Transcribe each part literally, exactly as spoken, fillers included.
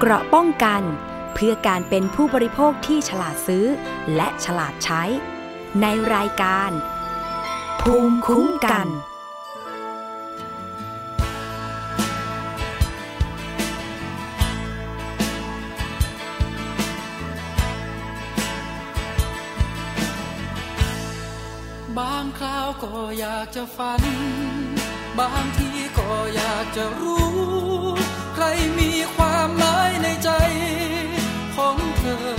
เกราะป้องกันเพื่อการเป็นผู้บริโภคที่ฉลาดซื้อและฉลาดใช้ในรายการภูมิคุ้มกันบางคราวก็อยากจะฝันบางทีก็อยากจะรู้ใครมีความหมายในใจของเธอ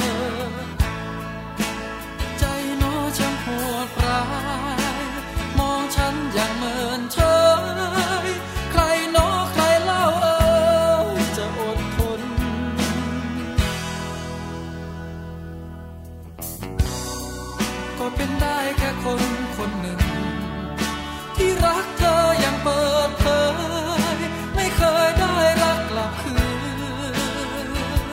ใจน้อช่างโหดร้ายมองฉันอย่างเมินเฉยใครน้อใครเล่าเอ่ยจะอดทนก็เป็นได้แค่คนคนหนึ่งที่รักเธออย่างเปิดเผยไม่เคยได้รักกลับคืน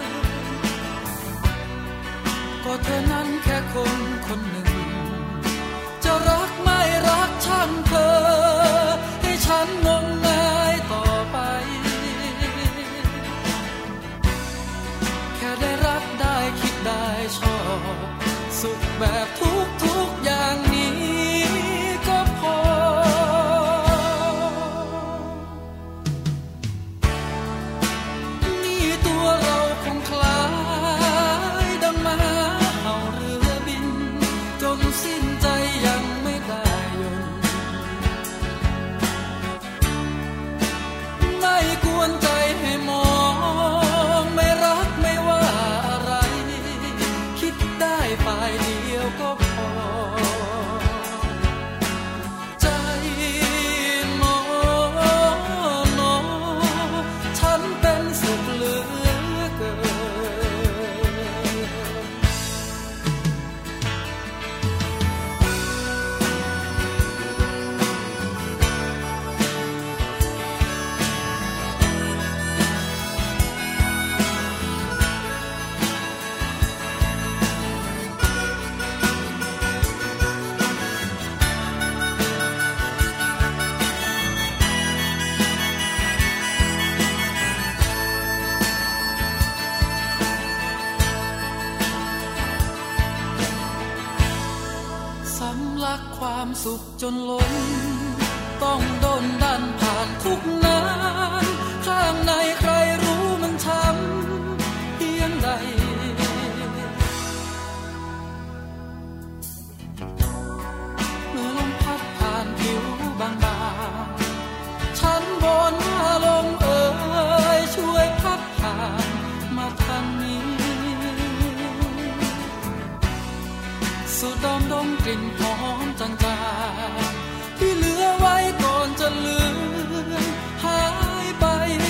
ก็เธอนั้นแค่คนคนหนึ่งจะรักไม่รักช่างเธอให้ฉันงมงายต่อไปแค่ได้รักได้คิดได้ชอบสุขแบบทุกทุกอย่างนี้ก็พอนี่ตัวเราคงคล้ายดังม้าเห่าเรือบินจนสิ้นใจยังไม่ได้ยนต์ไม่กวนใจให้มองไม่รักไม่ว่าอะไรคิดได้ฝ่ายเดียวก็พอใจโน้โน้ฉันเป็นสุขเหลือเกินสำลักความสุขจนล้นต้องโดนดันผ่านทุกน้ำข้างในใครรู้มันช้ำเพียงใดเมื่อลมพัดผ่านผิวบางๆฉันบนหน้าลมเอ่ยช่วยพัดผ่านมาทางนี้สูดดมดมกลิ่นหอมจางๆที่เหลือไว้ก่อนจะเลือนหายไป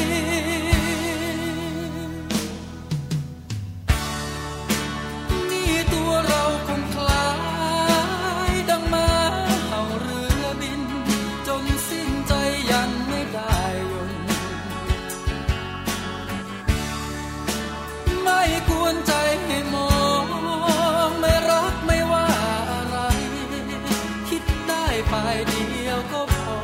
นี่ตัวเราคงคล้ายดังม้าเห่าเรือบินจนสิ้นใจยังไม่ได้ยนต์ไม่กวนใจให้มองไม่รักไม่ว่าอะไรคิดได้ฝ่ายเดียวก็พอ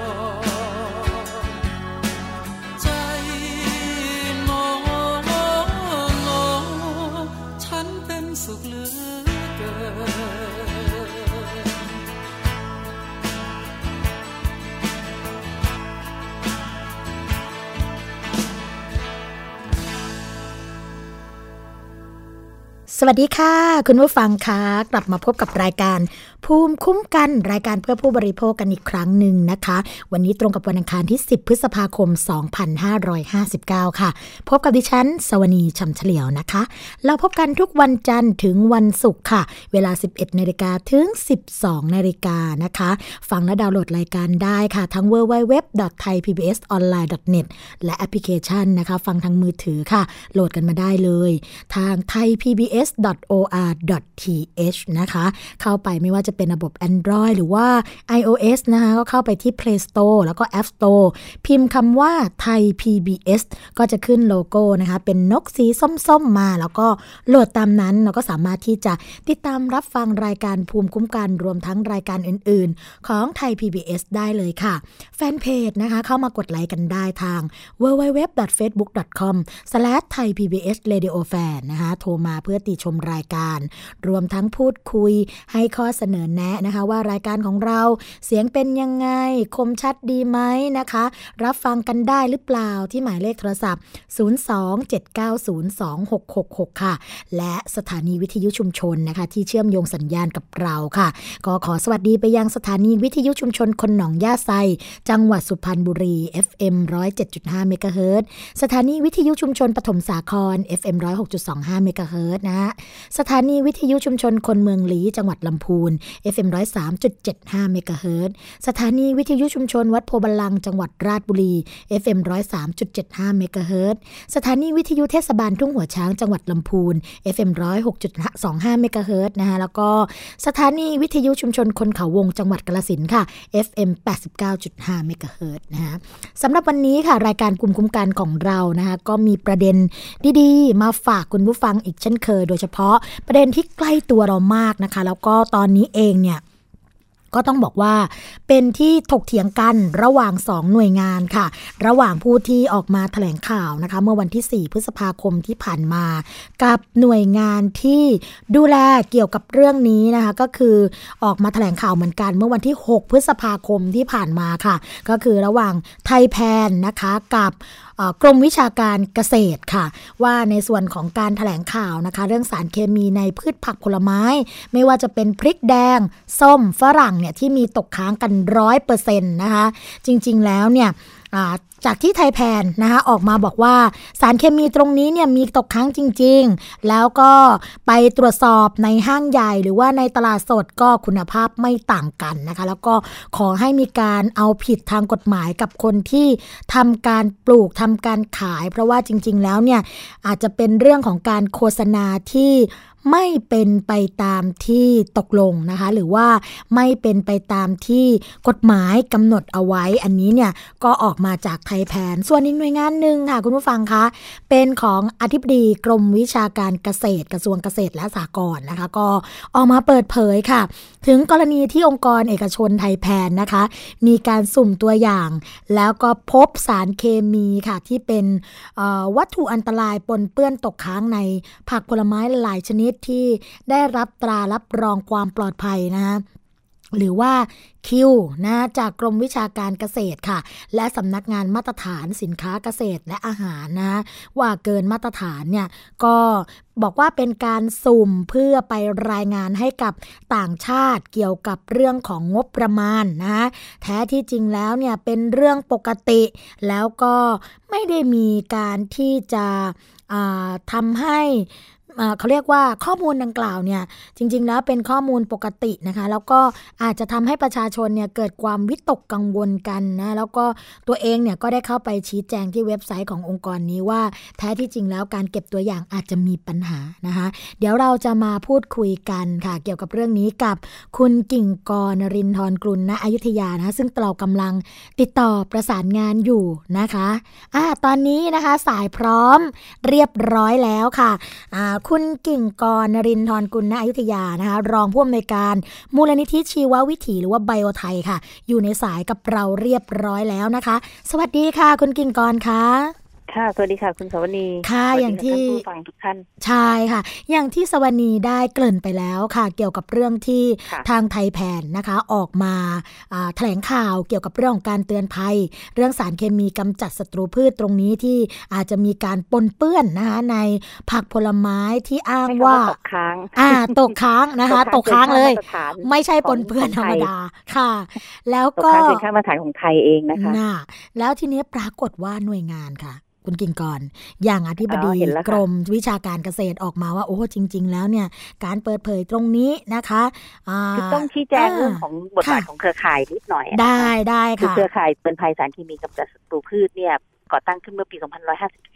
ใจโน้โน้โน้ฉันเป็นสุขเหลือเกินสวัสดีค่ะคุณผู้ฟังคะกลับมาพบกับรายการภูมิคุ้มกันรายการเพื่อผู้บริโภคกันอีกครั้งหนึ่งนะคะวันนี้ตรงกับวันอังคารที่สิบพฤษภาคมสองพันห้าร้อยห้าสิบเก้าค่ะพบกับดิฉันสวนีฉ่ำเฉลียวนะคะเราพบกันทุกวันจันทร์ถึงวันศุกร์ค่ะเวลา สิบเอ็ดนาฬิกา ถึง สิบสองนาฬิกานะคะฟังและดาวน์โหลดรายการได้ค่ะทั้ง ดับเบิลยู ดับเบิลยู ดับเบิลยู ดอท ไทย พี บี เอส ออนไลน์ ดอท เน็ต และแอปพลิเคชันนะคะฟังทางมือถือค่ะโหลดกันมาได้เลยทาง Thai พี บี เอสส ดอท โอ อาร์ ดอท ที เอช นะคะเข้าไปไม่ว่าจะเป็นระบบ Android หรือว่า iOS นะคะก็เข้าไปที่ Play Store แล้วก็ App Store พิมพ์คำว่าไทย พี บี เอส ก็จะขึ้นโลโก้นะคะเป็นนกสีส้มๆมาแล้วก็โหลดตามนั้นเราก็สามารถที่จะติดตามรับฟังรายการภูมิคุ้มกันรวมทั้งรายการอื่นๆของไทย พี บี เอส ได้เลยค่ะแฟนเพจนะคะเข้ามากดไลค์กันได้ทาง ดับเบิลยู ดับเบิลยู ดับเบิลยู ดอท เฟซบุ๊ก ดอท คอม สแลช ไทย พี บี เอส เรดิโอ แฟน นะคะโทรมาเพื่อติชมรายการรวมทั้งพูดคุยให้ข้อเสนอแนะนะคะว่ารายการของเราเสียงเป็นยังไงคมชัดดีไหมนะคะรับฟังกันได้หรือเปล่าที่หมายเลขโทรศัพท์ศูนย์ สอง เจ็ด เก้า ศูนย์ สอง หก หก หกค่ะและสถานีวิทยุชุมชนนะคะที่เชื่อมโยงสัญญาณกับเราค่ะก็ขอสวัสดีไปยังสถานีวิทยุชุมชนคนหนองย่าไซจังหวัดสุพรรณบุรี เอฟ เอ็ม หนึ่งร้อยเจ็ดจุดห้า เมกะเฮิรตซ์สถานีวิทยุชุมชนปฐมสาคร เอฟ เอ็ม หนึ่งร้อยหกจุดสองห้า เมกะเฮิรตซ์นะฮะสถานีวิทยุชุมชนคนเมืองลี้จังหวัดลำพูน เอฟ เอ็ม หนึ่งร้อยสามจุดเจ็ดห้า เมกะเฮิรตซ์สถานีวิทยุชุมชนวัดโพธิ์บัลลังก์จังหวัดราชบุรี เอฟ เอ็ม หนึ่งร้อยสามจุดเจ็ดห้า เมกะเฮิรตซ์สถานีวิทยุเทศบาลทุ่งหัวช้างจังหวัดลำพูน เอฟ เอ็ม หนึ่งร้อยหกจุดสองห้า เมกะเฮิรตซ์นะคะแล้วก็สถานีวิทยุชุมชนคนเขาวงจังหวัดกาฬสินธุ์ค่ะ เอฟ เอ็ม แปดสิบเก้าจุดห้า เมกะเฮิรตซ์นะคะสำหรับวันนี้ค่ะรายการภูมิคุ้มกันของเรานะคะก็มีประเด็นดีๆมาฝากคุณผู้ฟังอีกเช่นเคยโดยเฉพาะประเด็นที่ใกล้ตัวเรามากนะคะแล้วก็ตอนนี้เองเนี่ยก็ต้องบอกว่าเป็นที่ถกเถียงกันระหว่างสองหน่วยงานค่ะระหว่างผู้ที่ออกมาแถลงข่าวนะคะเมื่อวันที่สี่พฤษภาคมที่ผ่านมากับหน่วยงานที่ดูแลเกี่ยวกับเรื่องนี้นะคะก็คือออกมาแถลงข่าวเหมือนกันเมื่อวันที่หกพฤษภาคมที่ผ่านมาค่ะก็คือระหว่างไทยแพนนะคะกับกรมวิชาการเกษตรค่ะว่าในส่วนของการแถลงข่าวนะคะเรื่องสารเคมีในพืชผักผลไม้ไม่ว่าจะเป็นพริกแดงส้มฝรั่งเนี่ยที่มีตกค้างกัน ร้อยเปอร์เซ็นต์ นะคะจริงๆแล้วเนี่ยจากที่ไทยแพนนะคะออกมาบอกว่าสารเคมีตรงนี้เนี่ยมีตกค้างจริงๆแล้วก็ไปตรวจสอบในห้างใหญ่หรือว่าในตลาดสดก็คุณภาพไม่ต่างกันนะคะแล้วก็ขอให้มีการเอาผิดทางกฎหมายกับคนที่ทำการปลูกทำการขายเพราะว่าจริงๆแล้วเนี่ยอาจจะเป็นเรื่องของการโฆษณาที่ไม่เป็นไปตามที่ตกลงนะคะหรือว่าไม่เป็นไปตามที่กฎหมายกำหนดเอาไว้อันนี้เนี่ยก็ออกมาจากไทยแพนส่วนอีกหน่วยงานหนึ่งค่ะคุณผู้ฟังคะเป็นของอธิบดีกรมวิชาการเกษตรกระทรวงเกษตรและสหกรณ์นะคะก็ออกมาเปิดเผยค่ะถึงกรณีที่องค์กรเอกชนไทยแพนนะคะมีการสุ่มตัวอย่างแล้วก็พบสารเคมีค่ะที่เป็นวัตถุอันตรายปนเปื้อนตกค้างในผักผลไม้หลายชนิดที่ได้รับตรารับรองความปลอดภัยนะคะหรือว่าคิวนะจากกรมวิชาการเกษตรค่ะและสำนักงานมาตรฐานสินค้าเกษตรและอาหารนะว่าเกินมาตรฐานเนี่ยก็บอกว่าเป็นการสุ่มเพื่อไปรายงานให้กับต่างชาติเกี่ยวกับเรื่องของงบประมาณนะแท้ที่จริงแล้วเนี่ยเป็นเรื่องปกติแล้วก็ไม่ได้มีการที่จะทำให้เขาเรียกว่าข้อมูลดังกล่าวเนี่ยจริงๆแล้วเป็นข้อมูลปกตินะคะแล้วก็อาจจะทำให้ประชาชนเนี่ยเกิดความวิตกกังวลกันนะแล้วก็ตัวเองเนี่ยก็ได้เข้าไปชี้แจงที่เว็บไซต์ขององค์กรนี้ว่าแท้ที่จริงแล้วการเก็บตัวอย่างอาจจะมีปัญหานะคะเดี๋ยวเราจะมาพูดคุยกันค่ะเกี่ยวกับเรื่องนี้กับคุณกิ่งกร นรินทร์ กรุณณอยุธยานะซึ่งเรากำลังติดต่อประสานงานอยู่นะคะอ่าตอนนี้นะคะสายพร้อมเรียบร้อยแล้วค่ะอ่าคุณกิ่งกร นรินทร์ กุลณอยุธยานะคะรองผู้อำนวยการมูลนิธิชีววิถีหรือว่าไบโอไทยค่ะอยู่ในสายกับเราเรียบร้อยแล้วนะคะสวัสดีค่ะคุณกิ่งกรค่ะค่ะสวัสดีค่ะคุณสวนีค่ะอย่างที่ฟังทุกท่านใช่ค่ะอย่างที่สวนีได้เกริ่นไปแล้วค่ะเกี่ยวกับเรื่องที่ทางไทยแพนนะคะออกมาแถลงข่าวเกี่ยวกับเรื่องของการเตือนภัยเรื่องสารเคมีกำจัดศัตรูพืชตรงนี้ที่อาจจะมีการปนเปื้อนนะคะในผักผลไม้ที่อ้างว่าตกค้างอ่าตกค้างนะคะตกค้างเลยไม่ใช่ปนเปื้อนธรรมดาค่ะแล้วก็ตกค้างเป็นค่ามาตรฐานของไทยเองนะคะแล้วทีนี้ปรากฏว่าหน่วยงานค่ะคุณกิ่งกรอย่างอธิบดีกรมวิชาการเกษตรออกมาว่าโอ้จริงๆแล้วเนี่ยการเปิดเผยตรงนี้นะคะคือต้องชี้แจงเรื่องของบทบาทของเครือข่ายนิดหน่อยได้ได้ค่ะเครือข่ายเตือนภัยสารเคมีกำจัดศัตรูพืชเนี่ยก่อตั้งขึ้นเมื่อปีสองพันหนึ่งร้อยห้าสิบสี่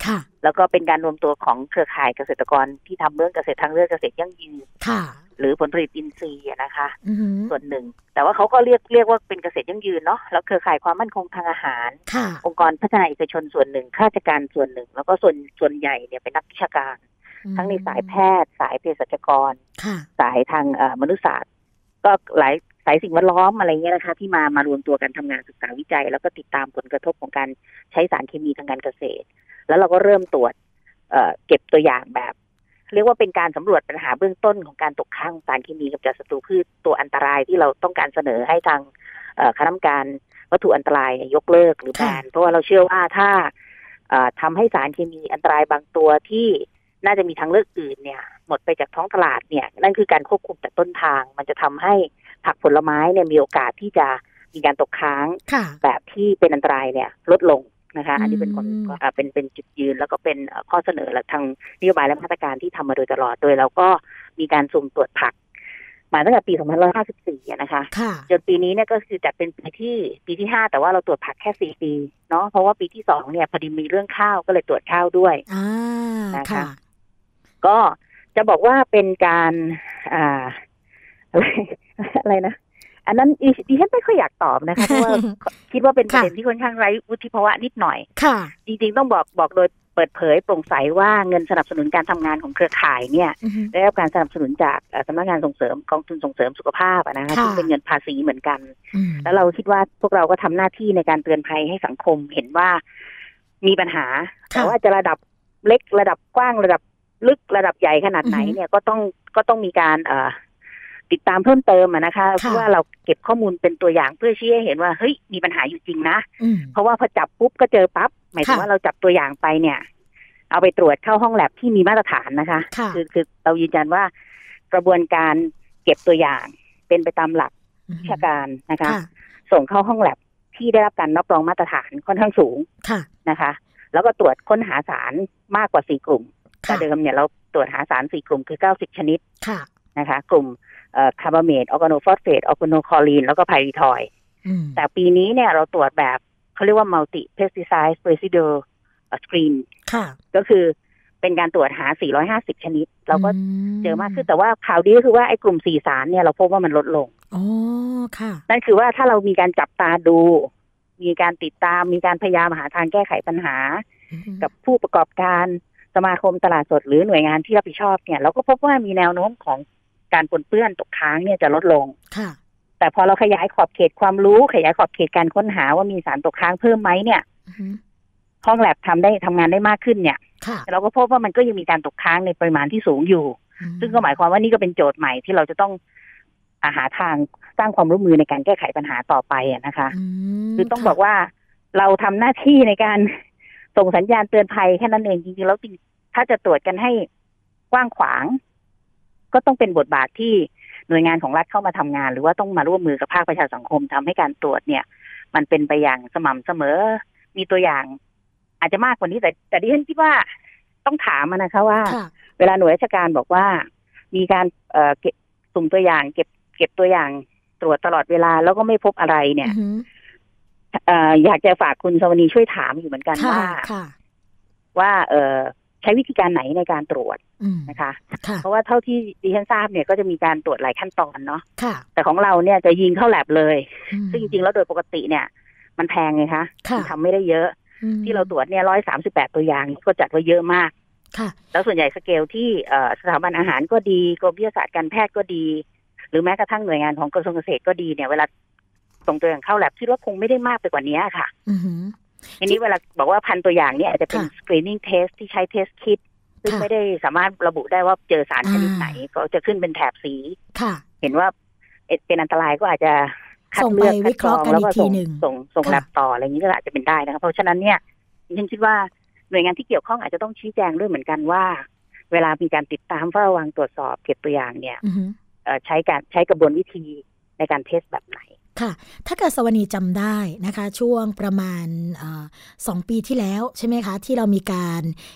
ค่ะแล้วก็เป็นการรวมตัวของเครือข่ายเกษตรกรที่ทำเรื่องเกษตรทางเลือกเกษตรยั่งยืนค่ะหรือผลผลิตอินทรีย์นะคะ mm-hmm. ส่วนหนึ่งแต่ว่าเขาก็เรียกเรียกว่าเป็นเกษตรยั่งยืนเนาะแล้วเครือข่ายความมั่นคงทางอาหารองค์กรพัฒนาเอกชนส่วนหนึ่งข้าราชการส่วนหนึ่งแล้วก็ส่วนส่วนใหญ่เนี่ยเป็นนักวิชาการ mm-hmm. ทั้งในสายแพทย์สายเภสัชกรสายทางมนุษยศาสตร์ก็หลายสายสิ่งแวดล้อมอะไรเงี้ยนะคะที่มามารวมตัวกันทำงานศึกษาวิจัยแล้วก็ติดตามผลกระทบของการใช้สารเคมีทางการเกษตรแล้วเราก็เริ่มตรวจ เอ่อ เก็บตัวอย่างแบบเรียกว่าเป็นการสำรวจปัญหาเบื้องต้นของการตกค้างสารเคมีกำจัดศัตรูพืชตัวอันตรายที่เราต้องการเสนอให้ทางคณะกรรมการวัตถุอันตรายยกเลิกหรือแบนเพราะว่าเราเชื่อว่าถ้าทำให้สารเคมีอันตรายบางตัวที่น่าจะมีทางเลือกอื่นเนี่ยหมดไปจากท้องตลาดเนี่ยนั่นคือการควบคุมแต่ต้นทางมันจะทำให้ผักผลไม้เนี่ยมีโอกาสที่จะมีการตกค้างแบบที่เป็นอันตรายเนี่ยลดลงนะคะอันนี้เป็นคนเป็นเป็นจุดยืนแล้วก็เป็นข้อเสนอและทางนโยบายและมาตรการที่ทำมาโดยตลอดโดยเราก็มีการสุ่มตรวจผักมาตั้งแต่ปีสองพันห้าร้อยห้าสิบสี่นะคะจนปีนี้เนี่ยก็คือจัดเป็นปีที่ปีที่ห้าแต่ว่าเราตรวจผักแค่สี่ปีเนาะเพราะว่าปีที่สองเนี่ยพอดีมีเรื่องข้าวก็เลยตรวจข้าวด้วยนะคะก็จะบอกว่าเป็นการอ่าอะไรอะไรนะอันนั้นดิฉันไม่ค่อยอยากตอบนะคะเพราะว่าคิดว่าเป็นประเด็นที่ค่อนข้างไร้วุฒิภาวะนิดหน่อยจริงๆต้องบอกบอกโดยเปิดเผยโปร่งใสว่าเงินสนับสนุนการทำงานของเครือข่ายเนี่ยได้รับการสนับสนุนจากสำนักงานส่งเสริมกองทุนส่งเสริมสุขภาพนะคะที่เป็นเงินภาษีเหมือนกันแล้วเราคิดว่าพวกเราก็ทำหน้าที่ในการเตือนภัยให้สังคมเห็นว่ามีปัญหาแต่ว่าจะระดับเล็กระดับกว้างระดับลึกระดับใหญ่ขนาดไหนเนี่ยก็ต้องก็ต้องมีการเอ่อติดตามเพิ่มเติมนะคะเพราะว่าเราเก็บข้อมูลเป็นตัวอย่างเพื่อชี้ให้เห็นว่าเฮ้ยมีปัญหาอยู่จริงนะเพราะว่าพอจับปุ๊บก็เจอปั๊บหมายถึงว่าเราจับตัวอย่างไปเนี่ยเอาไปตรวจเข้าห้องแลบที่มีมาตรฐานนะคะคือคือเรายืนยันว่ากระบวนการเก็บตัวอย่างเป็นไปตามหลักวิชาการนะคะส่งเข้าห้องแลบที่ได้รับการรับรองมาตรฐานค่อนข้างสูงนะคะแล้วก็ตรวจค้นหาสารมากกว่าสี่กลุ่มแต่เดิมเนี่ยเราตรวจหาสารสี่กลุ่มคือเก้าสิบชนิดนะคะกลุ่มคาร์บาเมตออร์แกโนฟอสเฟตออร์แกโนคลอรีนแล้วก็ไพริทอยด์แต่ปีนี้เนี่ยเราตรวจแบบเขาเรียกว่า multi pesticide residual screen ก็คือเป็นการตรวจหาสี่ร้อยห้าสิบชนิดเราก็เจอมากขึ้นแต่ว่าข่าวดีก็คือว่าไอ้กลุ่มสี่สารเนี่ยเราพบว่ามันลดลงอ๋อค่ะนั่นคือว่าถ้าเรามีการจับตาดูมีการติดตามมีการพยายามหาทางแก้ไขปัญหากับผู้ประกอบการสมาคมตลาดสดหรือหน่วยงานที่รับผิดชอบเนี่ยเราก็พบว่ามีแนวโน้มของการปนเปื้อนตกค้างเนี่ยจะลดลงค่ะแต่พอเราขยายขอบเขตความรู้ขยายขอบเขตการค้นหาว่ามีสารตกค้างเพิ่มไหมเนี่ยห้องแลบทำได้ทำงานได้มากขึ้นเนี่ยเราก็พบว่ามันก็ยังมีการตกค้างในปริมาณที่สูงอยู่ซึ่งก็หมายความว่านี่ก็เป็นโจทย์ใหม่ที่เราจะต้องหาทางสร้างความร่วมมือในการแก้ไขปัญหาต่อไปนะคะคือต้องบอกว่าเราทำหน้าที่ในการส่งสัญญาณเตือนภัยแค่นั้นเองจริงๆแล้วถ้าจะตรวจกันให้กว้างขวางก็ต้องเป็นบทบาทที่หน่วยงานของรัฐเข้ามาทำงานหรือว่าต้องมาร่วมมือกับภาคประชาสังคมทำให้การตรวจเนี่ยมันเป็นไปอย่างสม่ำเสมอมีตัวอย่างอาจจะมากกว่านี้แต่แต่ดิฉันคิดว่าต้องถามนะคะว่าเวลาหน่วยราชการบอกว่ามีการเอ่อเก็บสุ่มตัวอย่างเก็บเก็บตัวอย่างตรวจตลอดเวลาแล้วก็ไม่พบอะไรเนี่ยเอ่ออยากจะฝากคุณสวนีช่วยถามอยู่เหมือนกันว่าว่าเอ่อใช้วิธีการไหนในการตรวจนะคะเพราะว่าเท่าที่ดิฉันทราบเนี่ยก็จะมีการตรวจหลายขั้นตอนเนาะแต่ของเราเนี่ยจะยิงเข้าแลบเลยซึ่งจริงๆแล้วโดยปกติเนี่ยมันแพงไงคะมันทำไม่ได้เยอะที่เราตรวจเนี่ยร้อยสามสิบแปดตัวอย่างก็จัดไว้เยอะมากแล้วส่วนใหญ่สเกลที่สถาบันอาหารก็ดีกรมวิทยาศาสตร์การแพทย์ก็ดีหรือแม้กระทั่งหน่วยงานของกระทรวงเกษตรก็ดีเนี่ยเวลาส่งตัวอย่างเข้าแลบคิดว่าคงไม่ได้มากไปกว่านี้ค่ะทีนี้เวลาบอกว่าพันตัวอย่างเนี่ยอาจจะเป็น screening test ที่ใช้ test kit ซึ่งไม่ได้สามารถระบุได้ว่าเจอสารชนิดไหนก็จะขึ้นเป็นแถบสีเห็นว่าเป็นอันตรายก็อาจจะคัดเลือกคัดกรองแล้วก็ส่งส่งส่งแลบต่ออะไรอย่างนี้ก็อาจจะเป็นได้นะคะเพราะฉะนั้นเนี่ยฉันคิดว่าหน่วยงานที่เกี่ยวข้องอาจจะต้องชี้แจงด้วยเหมือนกันว่าเวลามีการติดตามเฝ้าระวังตรวจสอบเก็บตัวอย่างเนี่ยใช้การใช้กระบวนวิธีในการเทสแบบไหนค่ะถ้าเกิดสวนีจำได้นะคะช่วงประมาณสองปีที่แล้วใช่ไหมคะที่เรามีการเก็บ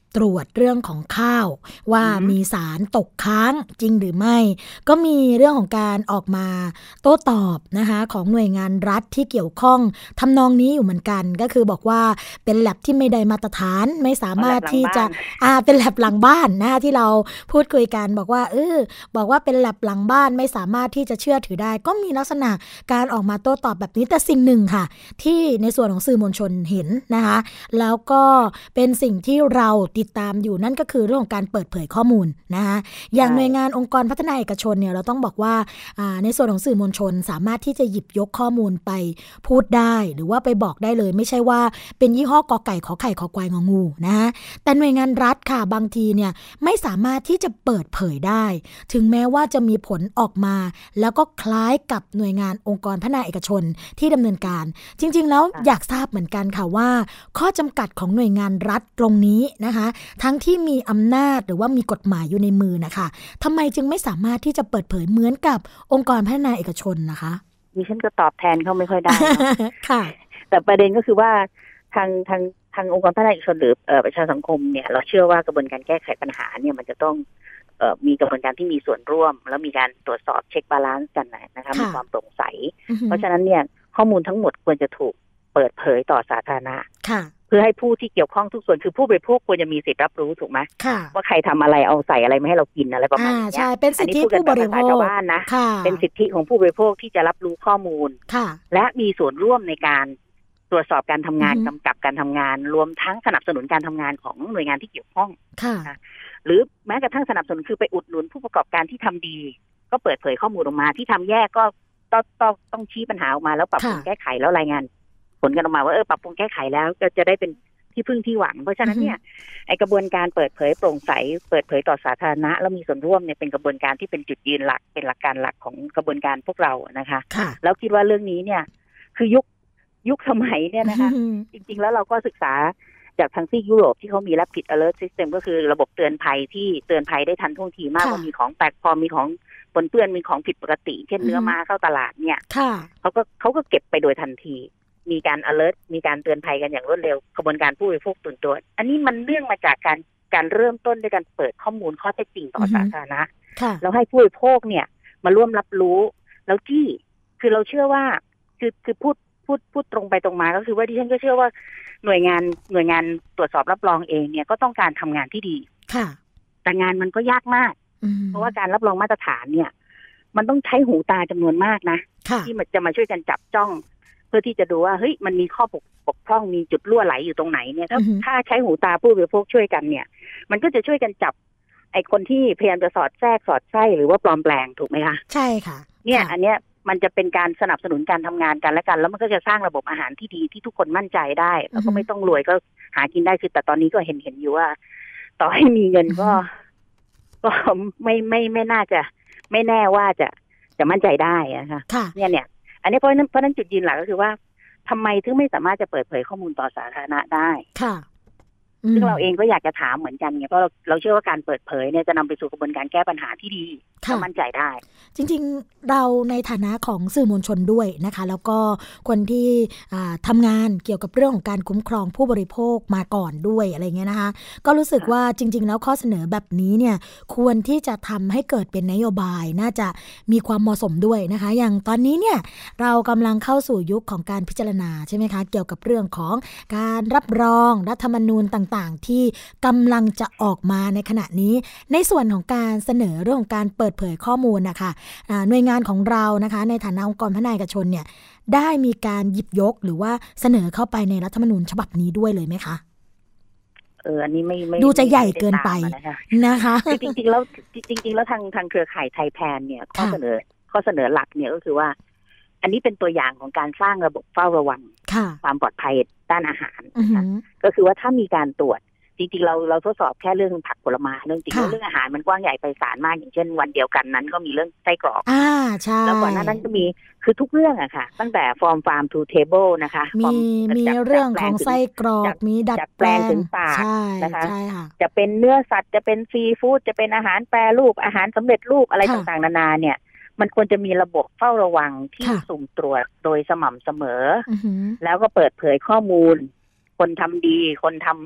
ตรวจเรื่องของข้าวว่ามีสารตกค้างจริงหรือไม่ก็มีเรื่องของการออกมาโต้ตอบนะคะของหน่วยงานรัฐที่เกี่ยวข้องทำนองนี้อยู่เหมือนกันก็คือบอกว่าเป็นแลบที่ไม่ได้มาตรฐานไม่สามารถที่จะอ่าเป็นแลบหลังบ้านนะคะที่เราพูดคุยกันบอกว่าเออบอกว่าเป็นแลบหลังบ้านไม่สามารถที่จะเชื่อถือได้ก็มีลักษณะการออกมาโต้ตอบแบบนี้แต่สิ่งหนึ่งค่ะที่ในส่วนของสื่อมวลชนเห็นนะคะแล้วก็เป็นสิ่งที่เราติดตามอยู่นั่นก็คือเรื่องของการเปิดเผยข้อมูลนะคะอย่างหน่วยงานองค์กรพัฒนาเอกชนเนี่ยเราต้องบอกว่าในส่วนของสื่อมวลชนสามารถที่จะหยิบยกข้อมูลไปพูดได้หรือว่าไปบอกได้เลยไม่ใช่ว่าเป็นยี่ห้อกอไก่ขอไข่ขอควายงองูนะคะแต่หน่วยงานรัฐค่ะบางทีเนี่ยไม่สามารถที่จะเปิดเผยได้ถึงแม้ว่าจะมีผลออกมาแล้วก็คล้ายกับหน่วยงานองค์กรพัฒนาเอกชนที่ดำเนินการจริงๆแล้วอยากทราบเหมือนกันค่ะว่าข้อจำกัดของหน่วยงานรัฐตรงนี้นะคะทั้งที่มีอำนาจหรือว่ามีกฎหมายอยู่ในมือนะคะทำไมจึงไม่สามารถที่จะเปิดเผยเหมือนกับองค์กรพัฒนาเอกชนนะคะดิฉันก็ตอบแทนเขาไม่ค่อยได้ค่ะแต่ประเด็นก็คือว่าทางทางทางองค์กรพัฒนาเอกชนหรือเอ่อประชาสังคมเนี่ยเราเชื่อว่ากระบวนการแก้ไขปัญหาเนี่ยมันจะต้องเอ่อมีกระบวนการที่มีส่วนร่วมแล้วมีการตรวจสอบเช็คบาลานซ์กันนะคะมีความโปร่งใสเพราะฉะนั้นเนี่ยข้อมูลทั้งหมดควรจะถูกเปิดเผยต่อสาธารณะเพื่อให้ผู้ที่เกี่ยวข้องทุกส่วนคือผู้บริโภคควรจะมีสิทธิ์รับรู้ถูกไหมว่าใครทำอะไรเอาใส่อะไรมาให้เรากินอะไรประมาณนี้ใช่เป็นสิทธิผู้บริโภคชาวบ้านนะเป็นสิทธิของผู้บริโภคที่จะรับรู้ข้อมูลและมีส่วนร่วมในการตรวจสอบการทำงานกำกับการทำงานรวมทั้งสนับสนุนการทำงานของหน่วยงานที่เกี่ยวข้องหรือแม้กระทั่งสนับสนุนคือไปอุดหนุนผู้ประกอบการที่ทำดีก็เปิดเผยข้อมูลออกมาที่ทำแย่ก็ต้องต้องต้องชี้ปัญหาออกมาแล้วปรับปรุงแก้ไขแล้วรายงานผลกันออกมาว่าเออปรับปรุงแก้ไขแล้วก็จะได้เป็นที่พึ่งที่หวังเพราะฉะนั้นเนี่ยไอกระบวนการเปิดเผยโปร่งใสเปิดเผยต่อสาธารณะแล้วมีส่วนร่วมเนี่ยเป็นกระบวนการที่เป็นจุดยืนหลักเป็นหลักการหลักของกระบวนการพวกเรานะคะแล้วคิดว่าเรื่องนี้เนี่ยคือยุคยุคสมัยเนี่ยนะคะจริงๆแล้วเราก็ศึกษาจากทางซีกยุโรปที่เขามี Rapid Alert System ก็คือระบบเตือนภัยที่เตือนภัยได้ทันท่วงทีมากว่ามีของแปลกปลอมมีของปนเปื้อนมีของผิดปกติเช่นเนื้อม้าเข้าตลาดเนี่ยเขาก็เขาก็เก็บไปโดยทันทีมีการ alert มีการเตือนภัยกันอย่างรวดเร็วกระบวนการผู้บริโภคตื่นตัวอันนี้มันเรื่องมาจากการการเริ่มต้นด้วยการเปิดข้อมูลข้อเท็จจริงต่อสาธารณะแล้วให้ผู้บริโภคเนี่ยมาร่วมรับรู้แล้วที่คือเราเชื่อว่าคือคือพูดพูดพูดตรงไปตรงมาก็คือว่าดิฉันก็เชื่อว่าหน่วยงานหน่วยงานตรวจสอบรับรองเองเนี่ยก็ต้องการทำงานที่ดีแต่งานมันก็ยากมากเพราะว่าการรับรองมาตรฐานเนี่ยมันต้องใช้หูตาจำนวนมากนะที่มันจะมาช่วยกันจับจ้องเพื่อที่จะดูว่าเฮ้ยมันมีข้อบกพร่องมีจุดรั่วไหลอยู่ตรงไหนเนี่ยถ้าถ้าใช้หูตาผู้บริโภคช่วยกันเนี่ยมันก็จะช่วยกันจับไอ้คนที่พยายามจะสอดแทรกสอดไส้หรือว่าปลอมแปลงถูกไหมคะใช่ค่ะเนี่ยอันเนี้ยมันจะเป็นการสนับสนุนการทำงานกันและกันแล้วมันก็จะสร้างระบบอาหารที่ดีที่ทุกคนมั่นใจได้แล้วก็ไม่ต้องรวยก็หากินได้คือแต่ตอนนี้ก็เห็นเห็นอยู่ว่าต่อให้มีเงินก็ก็ไม่ไม่ไม่น่าจะไม่แน่ว่าจะจะมั่นใจได้นะคะเนี่ยเนี่ยอันนี้เพราะนั้นเพราะนั้นจุดยืนหลักก็คือว่าทำไมถึงไม่สามารถจะเปิดเผยข้อมูลต่อสาธารณะได้ค่ะซึ่งเราเองก็อยากจะถามเหมือนกันไงเพราะเราเราเชื่อว่าการเปิดเผยเนี่ยจะนำไปสู่กระบวนการแก้ปัญหาที่ดีและมั่นใจได้จริงๆเราในฐานะของสื่อมวลชนด้วยนะคะแล้วก็คนที่ทำงานเกี่ยวกับเรื่องของการคุ้มครองผู้บริโภคมาก่อนด้วยอะไรเงี้ยนะคะก็รู้สึกว่าจริงๆแล้วข้อเสนอแบบนี้เนี่ยควรที่จะทำให้เกิดเป็นนโยบายน่าจะมีความเหมาะสมด้วยนะคะอย่างตอนนี้เนี่ยเรากำลังเข้าสู่ยุคของการพิจารณาใช่ไหมคะเกี่ยวกับเรื่องของการรับรองรัฐธรรมนูญต่างๆที่กำลังจะออกมาในขณะนี้ในส่วนของการเสนอเรื่องของการเปิดเผยข้อมูลนะคะหน่วยงานของเรานะคะในฐานะองค์กรพัฒนาเอกชนเนี่ยได้มีการหยิบยกหรือว่าเสนอเข้าไปในรัฐธรรมนูญฉบับนี้ด้วยเลยไหมคะเอออันนี้ไม่ไม่ดูจะใหญ่เกินไปนะคะจริงๆแล้วจริงๆแล้วทางทางเครือข่ายไทยแพนเนี่ยข้อเสนอข้อเสนอหลักเนี่ยก็คือว่าอันนี้เป็นตัวอย่างของการสร้างระบบเฝ้าระวังความปลอดภัยด้านอาหารนะคะก็คือว่าถ้ามีการตรวจจริงๆเราเราทดสอบแค่เรื่องผักผลไม้เรื่องจริงเรื่องอาหารมันกว้างใหญ่ไพศาลมากอย่างเช่นวันเดียวกันนั้นก็มีเรื่องไส้กรอกอ่าใช่แล้วก่อนหน้านั้นก็มีคือทุกเรื่องอะค่ะตั้งแต่ from farm to table นะคะมีมีเรื่องของไส้กรอกมีดัดแปลงถึงปากนะคะใช่ค่ะจะเป็นเนื้อสัตว์จะเป็นซีฟู้ดจะเป็นอาหารแปรรูปอาหารสำเร็จรูปอะไรต่างๆนานาเนี่ยมันควรจะมีระบบเฝ้าระวังที่สุ่มตรวจโดยสม่ำเสมอแล้วก็เปิดเผยข้อมูลคนทำดีคนทำ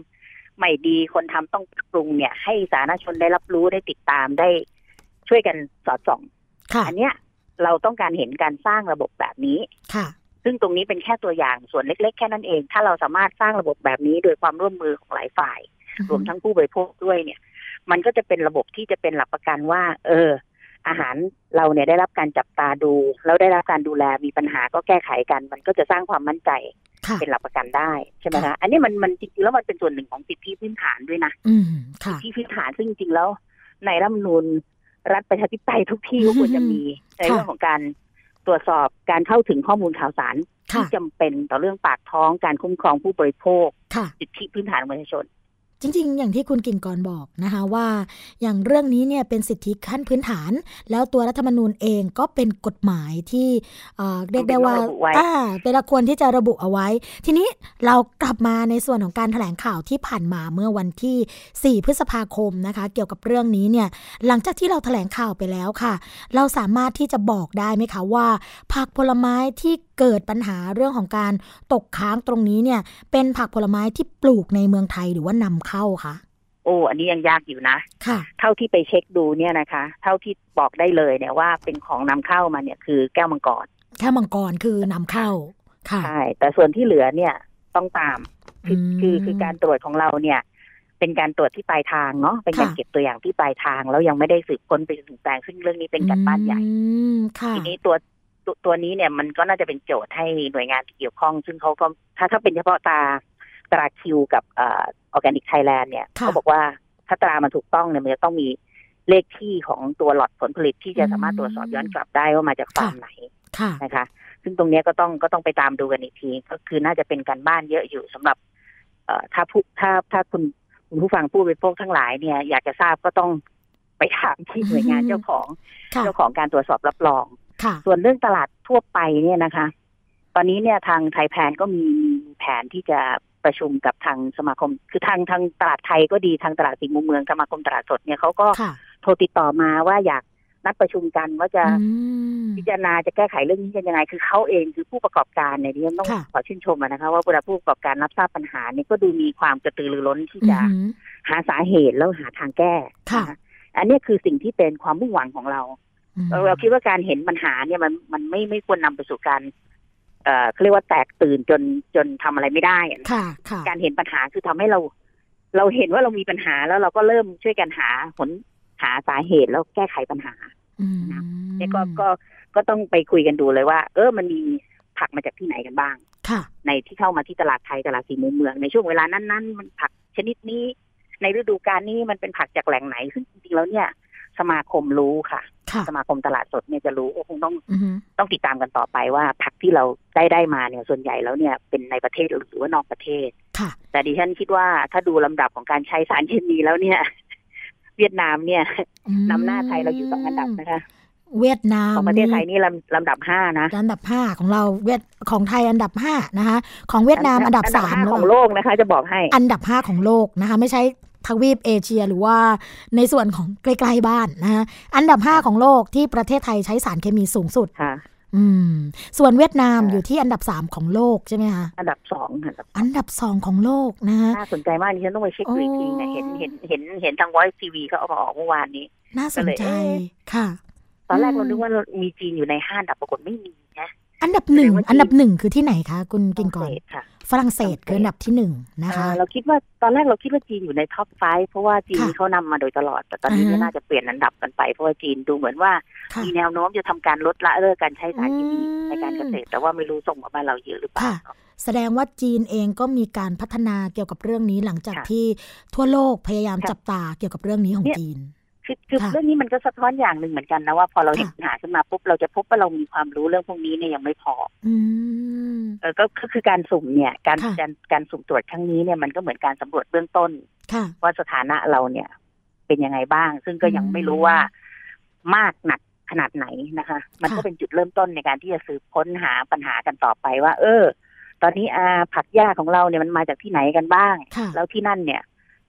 ไม่ดีคนทำต้องปรุงเนี่ยให้สาธารณชนได้รับรู้ได้ติดตามได้ช่วยกันสอดส่องอันเนี้ยเราต้องการเห็นการสร้างระบบแบบนี้ค่ะซึ่งตรงนี้เป็นแค่ตัวอย่างส่วนเล็กๆแค่นั้นเองถ้าเราสามารถสร้างระบบแบบนี้โดยความร่วมมือของหลายฝ่ายรวมทั้งผู้บริโภคด้วยเนี่ยมันก็จะเป็นระบบที่จะเป็นหลักประกันว่าเอออาหารเราเนี่ยได้รับการจับตาดูแล้วได้รับการดูแลมีปัญหาก็แก้ไขกันมันก็จะสร้างความมั่นใจเป็นหลักประกันได้ใช่ไหมคะอันนี้มันมันจริงๆแล้วมันเป็นส่วนหนึ่งของสิทธิพื้นฐานด้วยนะสิทธิพื้นฐานซึ่งจริงๆแล้วในรัฐธรรมนูญรัฐประชาธิปไตยทุกที่ก็ควรจะมีในเรื่องของการตรวจสอบการเข้าถึงข้อมูลข่าวสารที่จำเป็นต่อเรื่องปากท้องการคุ้มครองผู้บริโภคสิทธิพื้นฐานของประชาชนจริงๆอย่างที่คุณกิ่งกรบอกนะคะว่าอย่างเรื่องนี้เนี่ยเป็นสิทธิขั้นพื้นฐานแล้วตัวรัฐธรรมนูญเองก็เป็นกฎหมายที่เรียกได้ว่าอ่าเป็นควรที่จะระบุเอาไว้ทีนี้เรากลับมาในส่วนของการแถลงข่าวที่ผ่านมาเมื่อวันที่สี่พฤษภาคมนะคะเกี่ยวกับเรื่องนี้เนี่ยหลังจากที่เราแถลงข่าวไปแล้วค่ะเราสามารถที่จะบอกได้ไหมคะว่าผักผลไม้ที่เกิดปัญหาเรื่องของการตกค้างตรงนี้เนี่ยเป็นผักผลไม้ที่ปลูกในเมืองไทยหรือว่านำเข้าคะโอ้อันนี้ยังยากอยู่นะค่ะเท่าที่ไปเช็คดูเนี่ยนะคะเท่าที่บอกได้เลยเนี่ยว่าเป็นของนำเข้ามาเนี่ยคือแก้วมังกรแก้วมังกรคือนำเข้าค่ะใช่แต่ส่วนที่เหลือเนี่ยต้องตามคือคือคือการตรวจของเราเนี่ยเป็นการตรวจที่ปลายทางเนาะเป็นการเก็บตัวอย่างที่ปลายทางแล้วยังไม่ได้สืบค้นไปถึงแปลงซึ่งเรื่องนี้เป็นการบ้านใหญ่ทีนี้ตัวตัวนี้เนี่ยมันก็น่าจะเป็นโจทย์ให้หน่วยงานที่เกี่ยวข้องซึ่งเขาก็ถ้าถ้าเป็นเฉพาะตาตราคิวกับเอ่อ Organic Thailand เนี่ยเขาบอกว่าถ้าตรามันถูกต้องเนี่ยมันจะต้องมีเลขที่ของตัวหลอดผลผลิตที่จะสามารถตรวจสอบย้อนกลับได้ว่ามาจากฟาร์มไหนนะคะซึ่งตรงนี้ก็ต้องก็ต้องไปตามดูกันอีกทีก็คือน่าจะเป็นการบ้านเยอะอยู่สำหรับเอ่อถ้าผู้ถ้าถ้าคุณคุณผู้ฟังผู้บริโภคทั้งหลายเนี่ยอยากจะทราบก็ต้องไปถามที่หน่วยงานเจ้าของเจ้าของการตรวจสอบรับรองส่วนเรื่องตลาดทั่วไปเนี่ยนะคะตอนนี้เนี่ยทางไทยแพนก็มีแผนที่จะประชุมกับทางสมาคมคือทางทางตลาดไทยก็ดีทางตลาดสี่มุมเมืองสมาคมตลาดสดเนี่ยเขาก็โทรติดต่อมาว่าอยากนัดประชุมกันว่าจะพิจารณาจะแก้ไขเรื่องนี้ยังไงคือเขาเองคือผู้ประกอบการเนี่ยที่ต้องขอชื่นชมนะคะว่าเวลาผู้ประกอบการรับทราบปัญหาเนี่ยก็ดูมีความกระตือรือร้นที่จะหาสาเหตุแล้วหาทางแก้อันนี้คือสิ่งที่เป็นความมุ่งหวังของเราเราคิดว่าการเห็นปัญหาเนี่ยมันมันไม่ไม่ควรนำไปสู่การเอ่อเขาเรียกว่าแตกตื่นจนจนทำอะไรไม่ได้การเห็นปัญหาคือทำให้เราเราเห็นว่าเรามีปัญหาแล้วเราก็เริ่มช่วยกันหาผลหาสาเหตุแล้วแก้ไขปัญหานะเนี่ยก็ก็ก็ต้องไปคุยกันดูเลยว่าเออมันมีผักมาจากที่ไหนกันบ้างในที่เข้ามาที่ตลาดไทยตลาดสี่มุมเมืองในช่วงเวลานั้นๆมันผักชนิดนี้ในฤดูกาลนี้มันเป็นผักจากแหล่งไหนซึ่งจริงๆแล้วเนี่ยสมาคมรู้ค่ะสมาคมตลาดสดเนี่ยจะรู้คงต้อง uh-huh. ต้องติดตามกันต่อไปว่าผักที่เราได้ได้มาเนี่ยส่วนใหญ่แล้วเนี่ยเป็นในประเทศหรือว่านอกประเทศแต่ดิฉันคิดว่าถ้าดูลำดับของการใช้สารเคมีแล้วเนี่ยเวียดนามเนี่ย uh-huh. นำหน้าไทยเราอยู่สองอันดับนะคะเวียดนามของประเทศไทยนี่ลำลำดับห้านะลำดับห้าของเราเวียดของไทยอันดับห้านะคะของเวียดนามอันดับสามของโลกนะคะจะบอกให้อันดับห้าของโลกนะคะไม่ใช่ทวีปเอเชียหรือว่าในส่วนของใกล้ๆบ้านนะฮะอันดับห้าของโลกที่ประเทศไทยใช้สารเคมีสูงสุดค่ะอืมส่วนเวียดนามอยู่ที่อันดับสามของโลกใช่ไหมคะอันดับสองค่ะอันดับสองของโลกนะฮะน่าสนใจมากดิฉันต้องไปเช็คดูอีกทีเนี่ยเห็นเห็นเห็นเห็นทาง Voice ที วี เขาเอามาออกเมื่อวานนี้น่าสนใจค่ะตอนแรกเราคิดว่ามีจีนอยู่ในห้าอันดับปรากฏไม่มีนะอันดับหนึ่งอันดับหนึ่งคือที่ไหนคะคุณกิ่งก่อนฝรั่งเศสคืออันดับที่หนึ่งนะคะเราคิดว่าตอนแรกเราคิดว่าจีนอยู่ในท็อปไฟว์เพราะว่าจีนเขานำมาโดยตลอดแต่ตอนนี้น่าจะเปลี่ยนอันดับกันไปเพราะว่าจีนดูเหมือนว่ามีแนวโน้มจะทำการลดละเลิกการใช้สารเคมีในการเกษตรแต่ว่าไม่รู้ส่งมาบ้านเราเยอะหรือเปล่าแสดงว่าจีนเองก็มีการพัฒนาเกี่ยวกับเรื่องนี้หลังจากที่ทั่วโลกพยายามจับตาเกี่ยวกับเรื่องนี้ของจีนคือคือเรื่องนี้มันก็สะท้อนอย่างหนึ่งเหมือนกันนะว่าพอเราเห็นปัญหาขึ้นมาปุ๊บเราจะพบว่าเรามีความรู้เรื่องพวกนี้เนี่ยยังไม่พอเออก็คือการสุ่มเนี่ยการการการสุ่มตรวจครั้งนี้เนี่ยมันก็เหมือนการสำรวจเบื้องต้นว่าสถานะเราเนี่ยเป็นยังไงบ้างซึ่งก็ยังไม่รู้ว่ามากหนักขนาดไหนนะคะมันก็เป็นจุดเริ่มต้นในการที่จะสืบค้นหาปัญหากันต่อไปว่าเออตอนนี้อาผักหญ้าของเราเนี่ยมันมาจากที่ไหนกันบ้างแล้วที่นั่นเนี่ยเขา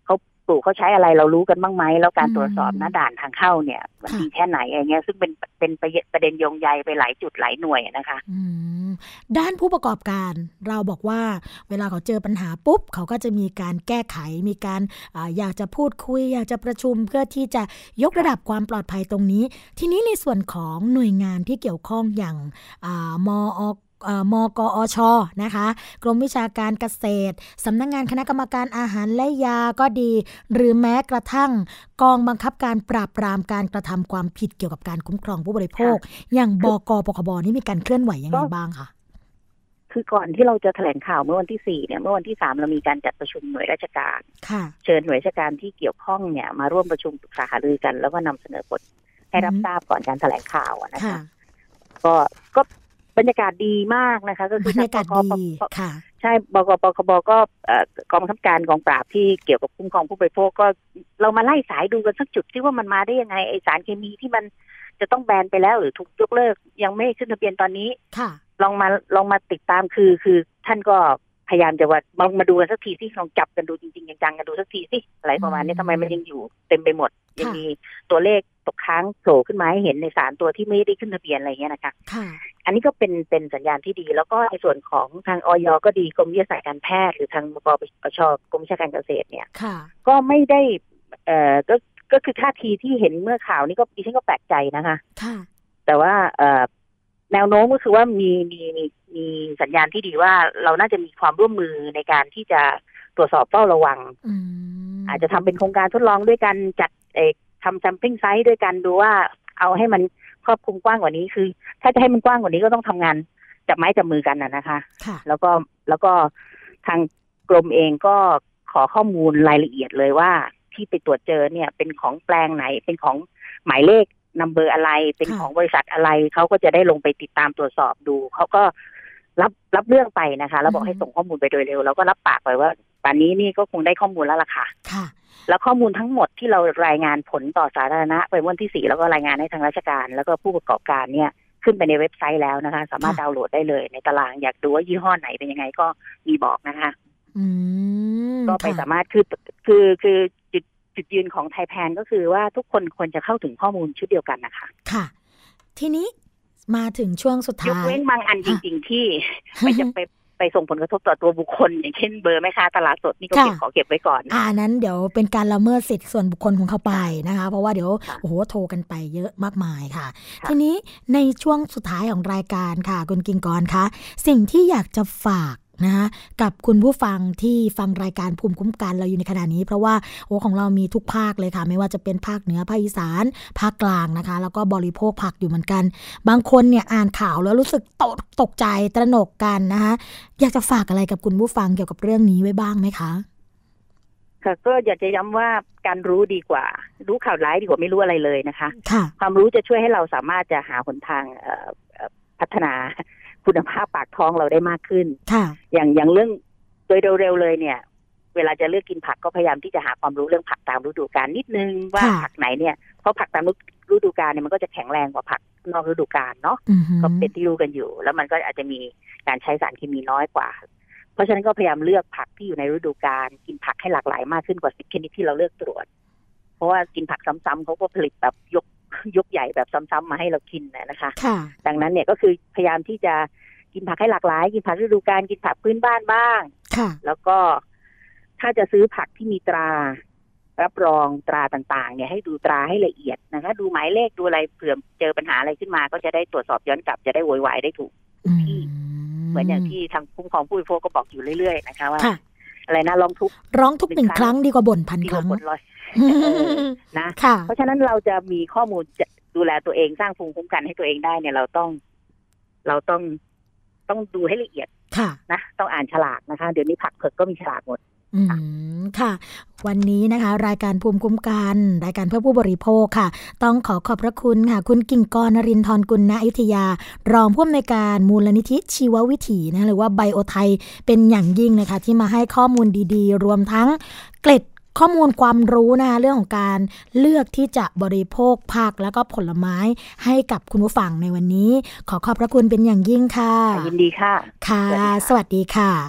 ปลูกเขาใช้อะไรเรารู้กันบ้างไหมแล้วการตรวจสอบหน้าด่านทางเข้าเนี่ยมันดีแค่ไหนอะไรเงี้ยซึ่งเป็นเป็นประเด็นโยงใยไปหลายจุดหลายหน่วยนะคะด้านผู้ประกอบการเราบอกว่าเวลาเขาเจอปัญหาปุ๊บเขาก็จะมีการแก้ไขมีการ อ, อยากจะพูดคุยอยากจะประชุมเพื่อที่จะยกระดับความปลอดภัยตรงนี้ทีนี้ในส่วนของหน่วยงานที่เกี่ยวข้องอย่างมอมกอชนะคะกรมวิชาการเกษตรสำนักงานคณะกรรมการอาหารและยาก็ดีหรือแม้กระทั่งกองบังคับการปราบปรามการกระทำความผิดเกี่ยวกับการคุ้มครองผู้บริโภคอย่างบก.ปคบ.นี่มีการเคลื่อนไหวยังไงบ้างคะคือก่อนที่เราจะแถลงข่าวเมื่อวันที่สี่เนี่ยเมื่อวันที่สามเรามีการจัดประชุมหน่วยราชการเชิญหน่วยราชการที่เกี่ยวข้องเนี่ยมาร่วมประชุมปรึกษาหารือกันแล้วก็นำเสนอผลให้รับทราบก่อนการแถลงข่าวนะคะก็ก็บรรยากาศดีมากนะคะก็คือบรรยากาศดีค่ะใช่บก.ปคบ.ก็กองบังคับการกองปราบที่เกี่ยวกับคุ้มครองผู้บริโภคก็เรามาไล่สายดูกันสักจุดที่ว่ามันมาได้ยังไงไอสารเคมีที่มันจะต้องแบนไปแล้วหรือถูกยกเลิกยังไม่ขึ้นทะเบียนตอนนี้ลองมาลองมาติดตามคือคือท่านก็พยายามจะว่ามามาดูกันสักทีสิลองจับกันดูจริงๆจังๆกันดูสักทีสิอะไรประมาณนี้ทำไมมันยังอยู่เต็มไปหมดยังมีตัวเลขตกค้างโผล่ขึ้นมาให้เห็นในสารตัวที่ไม่ได้ขึ้นทะเบียนอะไรเงี้ยนะคะอันนี้ก็เป็นเป็นสัญญาณที่ดีแล้วก็ในส่วนของทางอย.ก็ดีกรมวิทยาศาสตร์การแพทย์หรือทางบก.ปช.กรมวิชาการเกษตรเนี่ยก็ไม่ได้เอ่อก็ก็คือท่าทีที่เห็นเมื่อข่าวนี้ก็ดิฉันก็แปลกใจนะคะแต่ว่าเอ่อแนวโน้มก็คือว่ามีมีมีมีสัญญาณที่ดีว่าเราน่าจะมีความร่วมมือในการที่จะตรวจสอบเฝ้าระวังอาจจะทำเป็นโครงการทดลองด้วยกันจัดเอ่อทำ sampling size ด้วยกันดูว่าเอาให้มันครอบคลุมกว้างกว่านี้คือถ้าจะให้มันกว้างกว่านี้ก็ต้องทำงานจับไม้จับมือกันน่ะนะคะแล้วก็แล้วก็ทางกรมเองก็ขอข้อมูลรายละเอียดเลยว่าที่ไปตรวจเจอเนี่ยเป็นของแปลงไหนเป็นของหมายเลขนัมเบอร์อะไรเป็นของบริษัทอะไรเขาก็จะได้ลงไปติดตามตรวจสอบดูเขาก็รับรับเรื่องไปนะคะแล้วบอกให้ส่งข้อมูลไปโดยเร็วแล้วก็รับปากไปว่าป่านนี้นี่ก็คงได้ข้อมูลแล้วล่ะค่ะแล้วข้อมูลทั้งหมดที่เรารายงานผลต่อสาธารณะไปวันที่สี่แล้วก็รายงานให้ทางราชการแล้วก็ผู้ประกอบการเนี่ยขึ้นไปในเว็บไซต์แล้วนะคะสามารถดาวน์โหลดได้เลยในตารางอยากดูว่ายี่ห้อไหนเป็นยังไงก็มีบอกนะคะก็ไปสามารถคือคือคือจุดจุดยืนของไทยแพนก็คือว่าทุกคนควรจะเข้าถึงข้อมูลชุดเดียวกันนะคะค่ะทีนี้มาถึงช่วงสุดท้ายยกเว้นบางอันจริงๆที่ไม่จะไปไปส่งผลกระทบต่อตัวบุคคลอย่างเช่นเบอร์แม่ค้าตลาดสดนี่ก็เก็บขอเก็บไว้ก่อนอ่านั้นเดี๋ยวเป็นการละเมิดสิทธิส่วนบุคคลของเขาไปนะคะเพราะว่าเดี๋ยวโอ้โหโทรกันไปเยอะมากมายค่ะทีนี้ในช่วงสุดท้ายของรายการค่ะคุณกิ่งกรคะสิ่งที่อยากจะฝากนะคะกับคุณผู้ฟังที่ฟังรายการภูมิคุ้มกันเราอยู่ในขณะนี้เพราะว่าโอ้ของเรามีทุกภาคเลยค่ะไม่ว่าจะเป็นภาคเหนือภาคอีสานภาคกลางนะคะแล้วก็บริโภคผักอยู่เหมือนกันบางคนเนี่ยอ่านข่าวแล้วรู้สึกตกตกใจตระหนกกันนะคะอยากจะฝากอะไรกับคุณผู้ฟังเกี่ยวกับเรื่องนี้ไว้บ้างไหมคะค่ะก็อยากจะย้ำว่าการรู้ดีกว่ารู้ข่าวร้ายดีกว่าไม่รู้อะไรเลยนะคะความรู้จะช่วยให้เราสามารถจะหาหนทางพัฒนาคุณภาพปากท้องเราได้มากขึ้นอย่างอย่างเรื่องโดยเร็วๆเลยเนี่ยเวลาจะเลือกกินผักก็พยายามที่จะหาความรู้เรื่องผักตามฤดูกาลนิดนึงว่าผักไหนเนี่ยเพราะผักตามฤดูกาลเนี่ยมันก็จะแข็งแรงกว่าผักนอกฤดูกาลเนาะก็เป็นที่รู้กันอยู่แล้วมันก็อาจจะมีการใช้สารเคมีน้อยกว่าเพราะฉะนั้นก็พยายามเลือกผักที่อยู่ในฤดูกาลกินผักให้หลากหลายมากขึ้นกว่าสิบชนิดที่เราเลือกตรวจเพราะว่ากินผักซ้ำๆเขาก็ผลิตแบบยกยกใหญ่แบบซ้ำๆมาให้เรากินนะคะดังนั้นเนี่ยก็คือพยายามที่จะกินผักให้หลากหลายกินผักฤดูกาลกินผักพื้นบ้านบ้างแล้วก็ถ้าจะซื้อผักที่มีตรารับรองตราต่างๆเนี่ยให้ดูตราให้ละเอียดนะคะดูหมายเลขดูอะไรเผื่อเจอปัญหาอะไรขึ้นมาก็จะได้ตรวจสอบย้อนกลับจะได้โวยวายได้ถูกที่เหมือนอย่างที่ทางคุ้มครองผู้บริโภคก็บอกอยู่เรื่อยๆนะคะว่าอะไรนะร้องทุกร้องทุกหนึ่งครั้งดีกว่าบ่นพันครั้งนะเพราะฉะนั้นเราจะมีข้อมูลดูแลตัวเองสร้างภูมิคุ้มกันให้ตัวเองได้เนี่ยเราต้องเราต้องต้องดูให้ละเอียดนะต้องอ่านฉลากนะคะเดี๋ยวนี้ผักเผือกก็มีฉลากหมดอืมค่ะวันนี้นะคะรายการภูมิคุ้มกันรายการเพื่อผู้บริโภคค่ะต้องขอขอบพระคุณค่ะคุณกิ่งกร นรินทร์กุลณอยุธยารองผู้อำนวยการมูลนิธิชีววิถีนะหรือว่าไบโอไทยเป็นอย่างยิ่งนะคะที่มาให้ข้อมูลดีๆรวมทั้งเกล็ดข้อมูลความรู้นะคะเรื่องของการเลือกที่จะบริโภคผักแล้วก็ผลไม้ให้กับคุณผู้ฟังในวันนี้ขอขอบพระคุณเป็นอย่างยิ่งค่ะยินดีค่ะค่ะสวัสดีค่ะ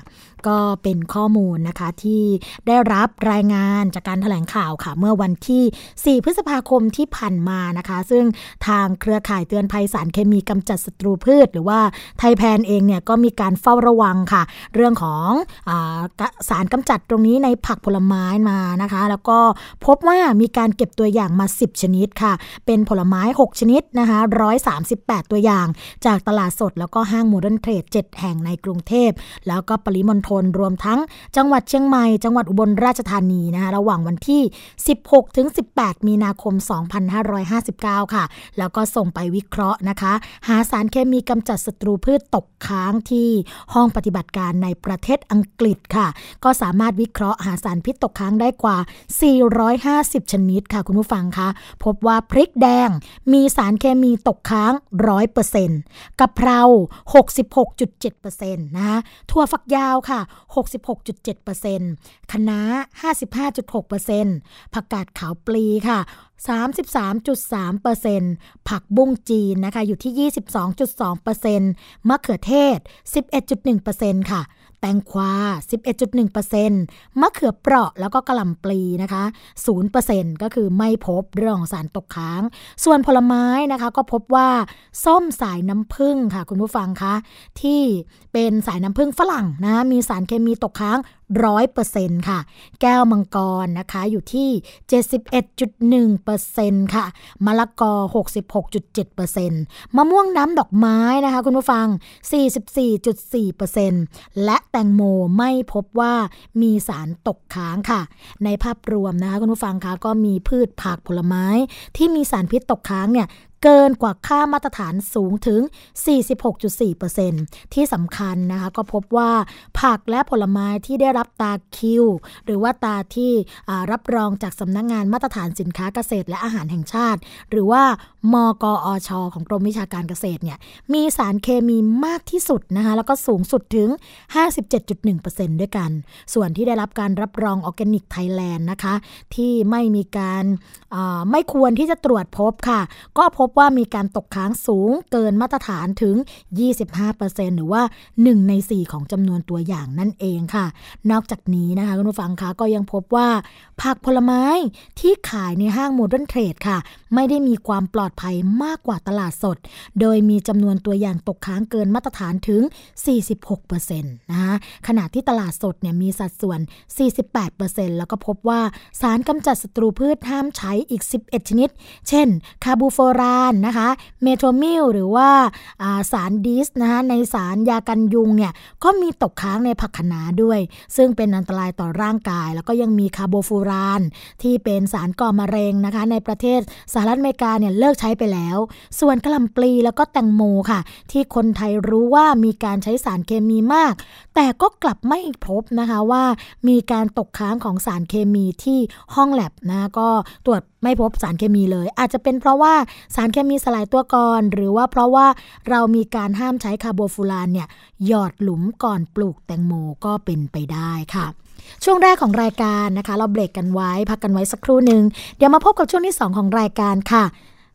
ก็เป็นข้อมูลนะคะที่ได้รับรายงานจากการแถลงข่าวค่ะเมื่อวันที่สี่พฤษภาคมที่ผ่านมานะคะซึ่งทางเครือข่ายเตือนภัยสารเคมีกำจัดศัตรูพืชหรือว่าไทยแพนเองเนี่ยก็มีการเฝ้าระวังค่ะเรื่องของอ่าสารกำจัดตรงนี้ในผักผลไม้มานะคะแล้วก็พบว่ามีการเก็บตัวอย่างมาสิบชนิดค่ะเป็นผลไม้หกชนิดนะคะหนึ่งร้อยสามสิบแปดตัวอย่างจากตลาดสดแล้วก็ห้างโมเดิร์นเทรดเจ็ดแห่งในกรุงเทพแล้วก็ปริมณฑลรวมทั้งจังหวัดเชียงใหม่จังหวัดอุบลราชธานีนะคะระหว่างวันที่สิบหกถึงสิบแปดมีนาคมสองพันห้าร้อยห้าสิบเก้าค่ะแล้วก็ส่งไปวิเคราะห์นะคะหาสารเคมีกำจัดศัตรูพืชตกค้างที่ห้องปฏิบัติการในประเทศอังกฤษค่ะก็สามารถวิเคราะห์หาสารพิษตกค้างได้กว่าสี่ร้อยห้าสิบชนิดค่ะคุณผู้ฟังคะพบว่าพริกแดงมีสารเคมีตกค้าง หนึ่งร้อยเปอร์เซ็นต์ กะเพรา หกสิบหกจุดเจ็ดเปอร์เซ็นต์ นะคะถั่วฝักยาวค่ะ หกสิบหกจุดเจ็ดเปอร์เซ็นต์ คะน้า ห้าสิบห้าจุดหกเปอร์เซ็นต์ ผักกาดขาวปลีค่ะ สามสิบสามจุดสามเปอร์เซ็นต์ ผักบุ้งจีนนะคะอยู่ที่ ยี่สิบสองจุดสองเปอร์เซ็นต์ มะเขือเทศ สิบเอ็ดจุดหนึ่งเปอร์เซ็นต์ ค่ะแตงกวา สิบเอ็ดจุดหนึ่งเปอร์เซ็นต์ มะเขือเปราะแล้วก็กะหล่ำปลีนะคะ ศูนย์เปอร์เซ็นต์ ก็คือไม่พบเรื่องของสารตกค้างส่วนผลไม้นะคะก็พบว่าส้มสายน้ำผึ้งค่ะคุณผู้ฟังคะที่เป็นสายน้ำผึ้งฝรั่งนะมีสารเคมีตกค้าง หนึ่งร้อยเปอร์เซ็นต์ ค่ะแก้วมังกรนะคะอยู่ที่ เจ็ดสิบเอ็ดจุดหนึ่งเปอร์เซ็นต์ ค่ะมะละกอ หกสิบหกจุดเจ็ดเปอร์เซ็นต์ มะม่วงน้ำดอกไม้นะคะคุณผู้ฟัง สี่สิบสี่จุดสี่เปอร์เซ็นต์ และแตงโมไม่พบว่ามีสารตกค้างค่ะในภาพรวมนะคะคุณผู้ฟังคะก็มีพืชผักผลไม้ที่มีสารพิษตกค้างเนี่ยเกินกว่าค่ามาตรฐานสูงถึง สี่สิบหกจุดสี่เปอร์เซ็นต์ ที่สำคัญนะคะก็พบว่าผักและผลไม้ที่ได้รับตาคิวหรือว่าตาที่รับรองจากสำนักงานมาตรฐานสินค้าเกษตรและอาหารแห่งชาติหรือว่ามกอช.ของกรมวิชาการเกษตรเนี่ยมีสารเคมีมากที่สุดนะคะแล้วก็สูงสุดถึง ห้าสิบเจ็ดจุดหนึ่งเปอร์เซ็นต์ ด้วยกันส่วนที่ได้รับการรับรองออร์แกนิกไทยแลนด์นะคะที่ไม่มีการไม่ควรที่จะตรวจพบค่ะก็พบว่ามีการตกค้างสูงเกินมาตรฐานถึง ยี่สิบห้าเปอร์เซ็นต์ หรือว่าหนึ่งในสี่ของจำนวนตัวอย่างนั่นเองค่ะนอกจากนี้นะคะคุณผู้ฟังคะก็ยังพบว่าผักผลไม้ที่ขายในห้างโมเดิร์นเทรดค่ะไม่ได้มีความปลอดภัยมากกว่าตลาดสดโดยมีจำนวนตัวอย่างตกค้างเกินมาตรฐานถึง สี่สิบหกเปอร์เซ็นต์ นะคะขณะที่ตลาดสดเนี่ยมีสัดส่วน สี่สิบแปดเปอร์เซ็นต์ แล้วก็พบว่าสารกำจัดศัตรูพืชห้ามใช้อีกสิบเอ็ดชนิดเช่นคาบูโฟรานนะคะเมโทมิลหรือว่าสารดิสนะคะในสารยากันยุงเนี่ยก็มีตกค้างในผักคะน้าด้วยซึ่งเป็นอันตรายต่อร่างกายแล้วก็ยังมีคาร์โบฟูรานที่เป็นสารก่อมะเร็งนะคะในประเทศสหรัฐอเมริกาเนี่ยเลิกใช้ไปแล้วส่วนกะหล่ำปลีแล้วก็แตงโมค่ะที่คนไทยรู้ว่ามีการใช้สารเคมีมากแต่ก็กลับไม่พบนะคะว่ามีการตกค้างของสารเคมีที่ห้องแลบนะก็ตรวจไม่พบสารเคมีเลยอาจจะเป็นเพราะว่าสารเคมีสลายตัวก่อนหรือว่าเพราะว่าเรามีการห้ามใช้คาร์โบฟูรานเนี่ยหยอดหลุมก่อนปลูกแตงโมก็เป็นไปได้ค่ะช่วงแรกของรายการนะคะเราเบรกกันไว้พักกันไว้สักครู่นึงเดี๋ยวมาพบกับช่วงที่สองของรายการค่ะ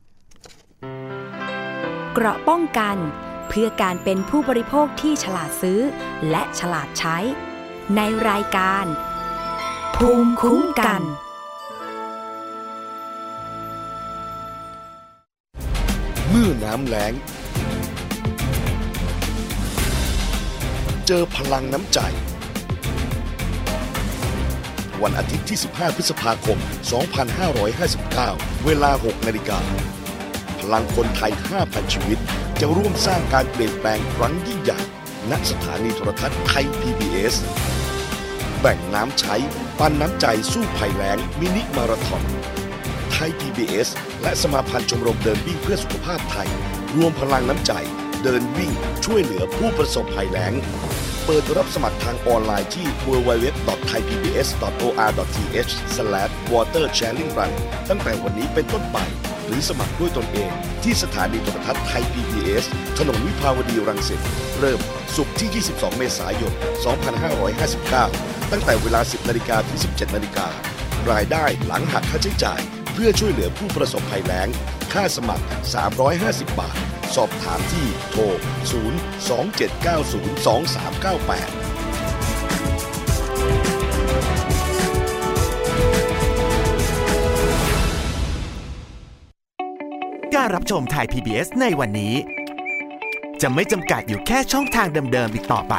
เกราะป้องกันเพื่อการเป็นผู้บริโภคที่ฉลาดซื้อและฉลาดใช้ในรายการภูมิคุ้มกันเมื่อน้ำแล้งเจอพลังน้ำใจวันอาทิตย์ที่สิบห้าพฤษภาคมสองพันห้าร้อยห้าสิบเก้าเวลา หกนาฬิกาพลังคนไทย ห้าพัน ชีวิตจะร่วมสร้างการเปลี่ยนแปลงครั้งยิ่งใหญ่ณสถานีโทรทัศน์ไทย พี บี เอส แบ่งน้ำใช้ปันน้ำใจสู้ภัยแล้งมินิมาราธอนไทย พี บี เอส และสมาพันธ์ชมรมเดินวิ่งเพื่อสุขภาพไทยรวมพลังน้ำใจเดินวิ่งช่วยเหลือผู้ประสบภัยแล้งเปิดรับสมัครทางออนไลน์ที่ ดับเบิลยู ดับเบิลยู ดับเบิลยู ดอท ไทยพีบีเอส ดอท โอ อาร์ ดอท ที เอช สแลช วอเตอร์ แชร์ริ่ง รัน ตั้งแต่วันนี้เป็นต้นไปหรือสมัครด้วยตนเองที่สถานีโทรทัศน์ไทย พี บี เอส ถนนวิภาวดีรังสิตเริ่มศุกร์ที่ ยี่สิบสอง เมษายน สองพันห้าร้อยห้าสิบเก้า ตั้งแต่เวลา สิบ นาฬิกาถึง สิบเจ็ด นาฬิการายได้หลังหักค่าใช้จ่ายเพื่อช่วยเหลือผู้ประสบภัยแล้งค่าสมัครสามร้อยห้าสิบบาทสอบถามที่โทรศูนย์ สอง เจ็ด เก้า ศูนย์ สอง สาม เก้า แปดการรับชมไทย พี บี เอส ในวันนี้จะไม่จำกัดอยู่แค่ช่องทางเดิมๆอีกต่อไป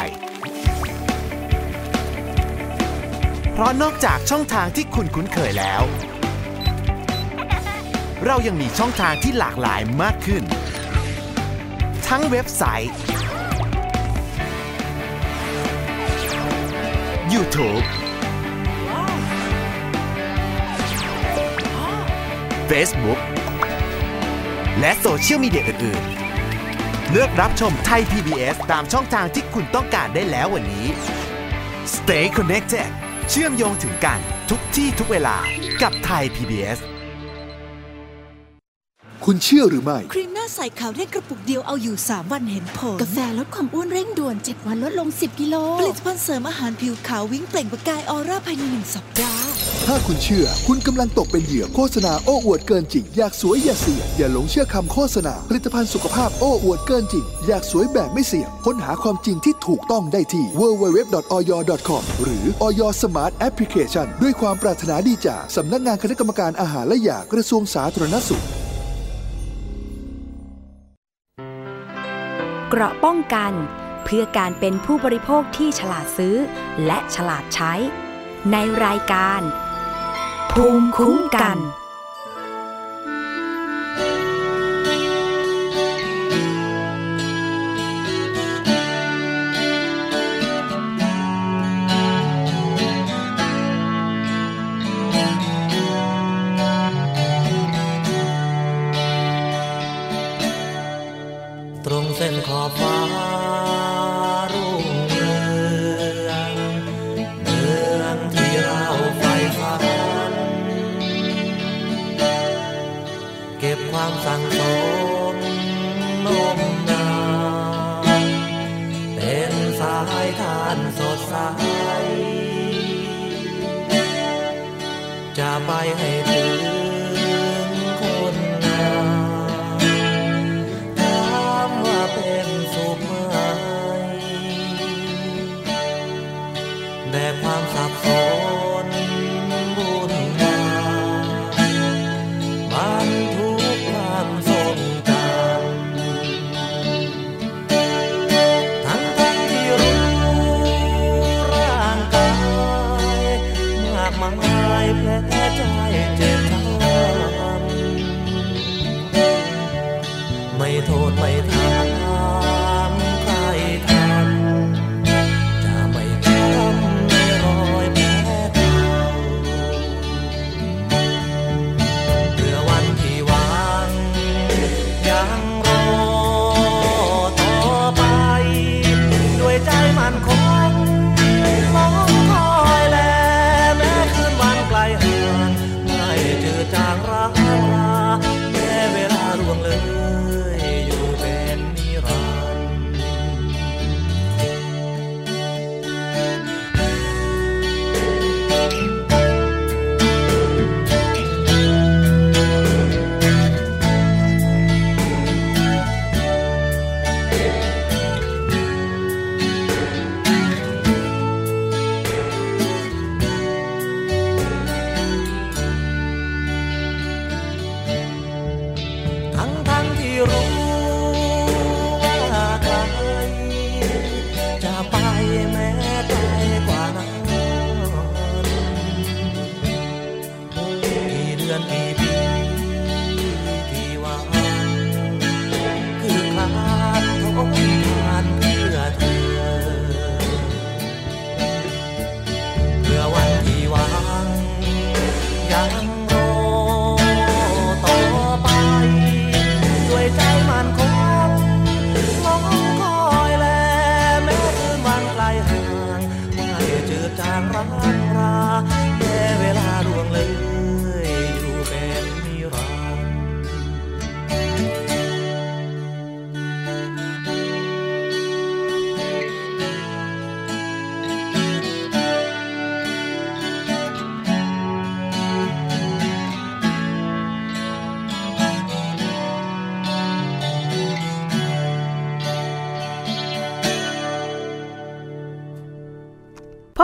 เพราะนอกจากช่องทางที่คุณคุ้นเคยแล้วเรายังมีช่องทางที่หลากหลายมากขึ้นทั้งเว็บไซต์ YouTube Facebook และโซเชียลมีเดียอื่นๆเลือกรับชมไทย พี บี เอส ตามช่องทางที่คุณต้องการได้แล้ววันนี้ Stay connected เชื่อมโยงถึงกันทุกที่ทุกเวลากับไทย พี บี เอสคุณเชื่อหรือไม่ครีมหน้าใสขาวเร่งกระปุกเดียวเอาอยู่สามวันเห็นผลกาแฟลดความอ้วนเร่งด่วนเจ็ดวันลดลงสิบกิโลผลิตภัณฑ์เสริมอาหารผิวขาววิ่งเปล่งประกายออร่าภายในหนึ่งสัปดาห์ถ้าคุณเชื่อคุณกำลังตกเป็นเหยื่อโฆษณาโอ้อวดเกินจริงอยากสวยอย่าเสี่ยงอย่าหลงเชื่อคำโฆษณาผลิตภัณฑ์สุขภาพโอ้อวดเกินจริงอยากสวยแบบไม่เสี่ยงค้นหาความจริงที่ถูกต้องได้ที่ ดับเบิลยู ดับเบิลยู ดับเบิลยู ดอท ออย ดอท คอม หรือ อย Smart Application ด้วยความปรารถนาดีจากสำนักงานคณะกรรมการอาหารและยากระทรวงสาธารณสุขเกราะป้องกันเพื่อการเป็นผู้บริโภคที่ฉลาดซื้อและฉลาดใช้ในรายการภูมิคุ้มกันตรงเส้นขอบฟ้ารุ่งเรืองเมืองที่เราใฝ่ฝันเก็บความสั่งสมโน้มนำเป็นสายทานสดใสจะไปให้ถึงคนงามเป็นสุขไหมแต่ความสับสนวุ่นวายบันทุกความทรงจำทั้งทั้งที่รู้ร่างกายมากมายแผลใจเจ็บช้ำไม่โทษไม่ถามใครทำจะไม่ทำในรอยแผลเก่าเพื่อวันที่หวังยังรอต่อไปด้วยใจมันคงมองคอยแลแม้คืนวันไกลห่างไม่จืดจางรักราแม้เวลาล่วงเลยจางรักราแม้เวลาล่วงเลยอยู่เป็น